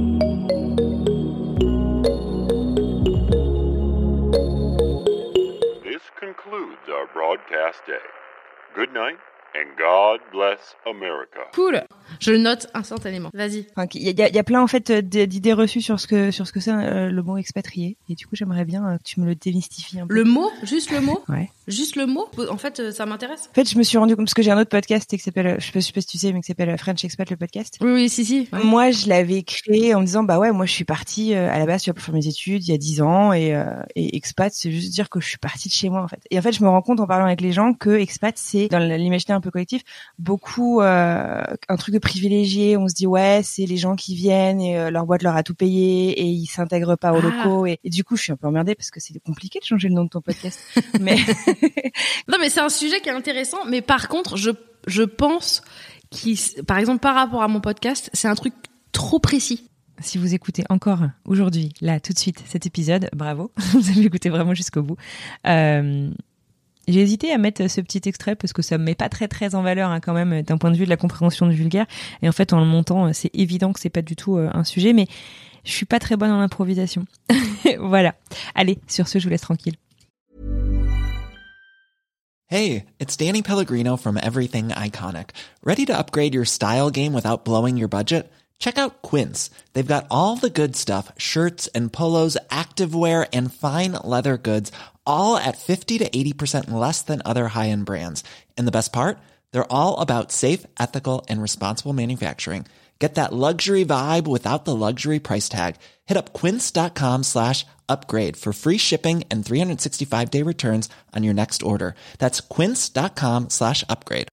This concludes our broadcast day. Good night and God bless America. Cool. Je le note instantanément. Vas-y. Enfin, il y a plein en fait d'idées reçues sur ce que c'est le mot expatrié. Et du coup, j'aimerais bien que tu me le démystifies un peu. Le mot, juste le mot. Ouais. Juste le mot. En fait, ça m'intéresse. En fait, je me suis rendu compte parce que j'ai un autre podcast qui s'appelle, je sais pas si tu sais, mais qui s'appelle French Expat le podcast. Oui, si. Ouais. Moi, je l'avais créé en me disant bah ouais, moi je suis partie à la base, tu vois, pour faire mes études il y a 10 ans et expat, c'est juste dire que je suis partie de chez moi en fait. Et en fait, je me rends compte en parlant avec les gens que expat, c'est dans l'imaginaire un peu collectif beaucoup un truc de privilégié. On se dit ouais, c'est les gens qui viennent et leur boîte leur a tout payé et ils s'intègrent pas aux locaux et du coup, je suis un peu emmerdée parce que c'est compliqué de changer le nom de ton podcast. Mais non, mais c'est un sujet qui est intéressant. Mais par contre, je pense par exemple, par rapport à mon podcast, c'est un truc trop précis. Si vous écoutez encore aujourd'hui, là, tout de suite, cet épisode, bravo, vous avez écouté vraiment jusqu'au bout. J'ai hésité à mettre ce petit extrait parce que ça me met pas très en valeur hein, quand même d'un point de vue de la compréhension du vulgaire. Et en fait, en le montant, c'est évident que c'est pas du tout un sujet, mais je suis pas très bonne en improvisation. Voilà. Allez, sur ce, je vous laisse tranquille. Hey, it's Danny Pellegrino from Everything Iconic. Ready to upgrade your style game without blowing your budget? Check out Quince. They've got all the good stuff, shirts and polos, activewear, and fine leather goods, all at 50 to 80% less than other high-end brands. And the best part? They're all about safe, ethical, and responsible manufacturing. Get that luxury vibe without the luxury price tag. Hit up quince.com/upgrade for free shipping and 365-day returns on your next order. That's quince.com/upgrade.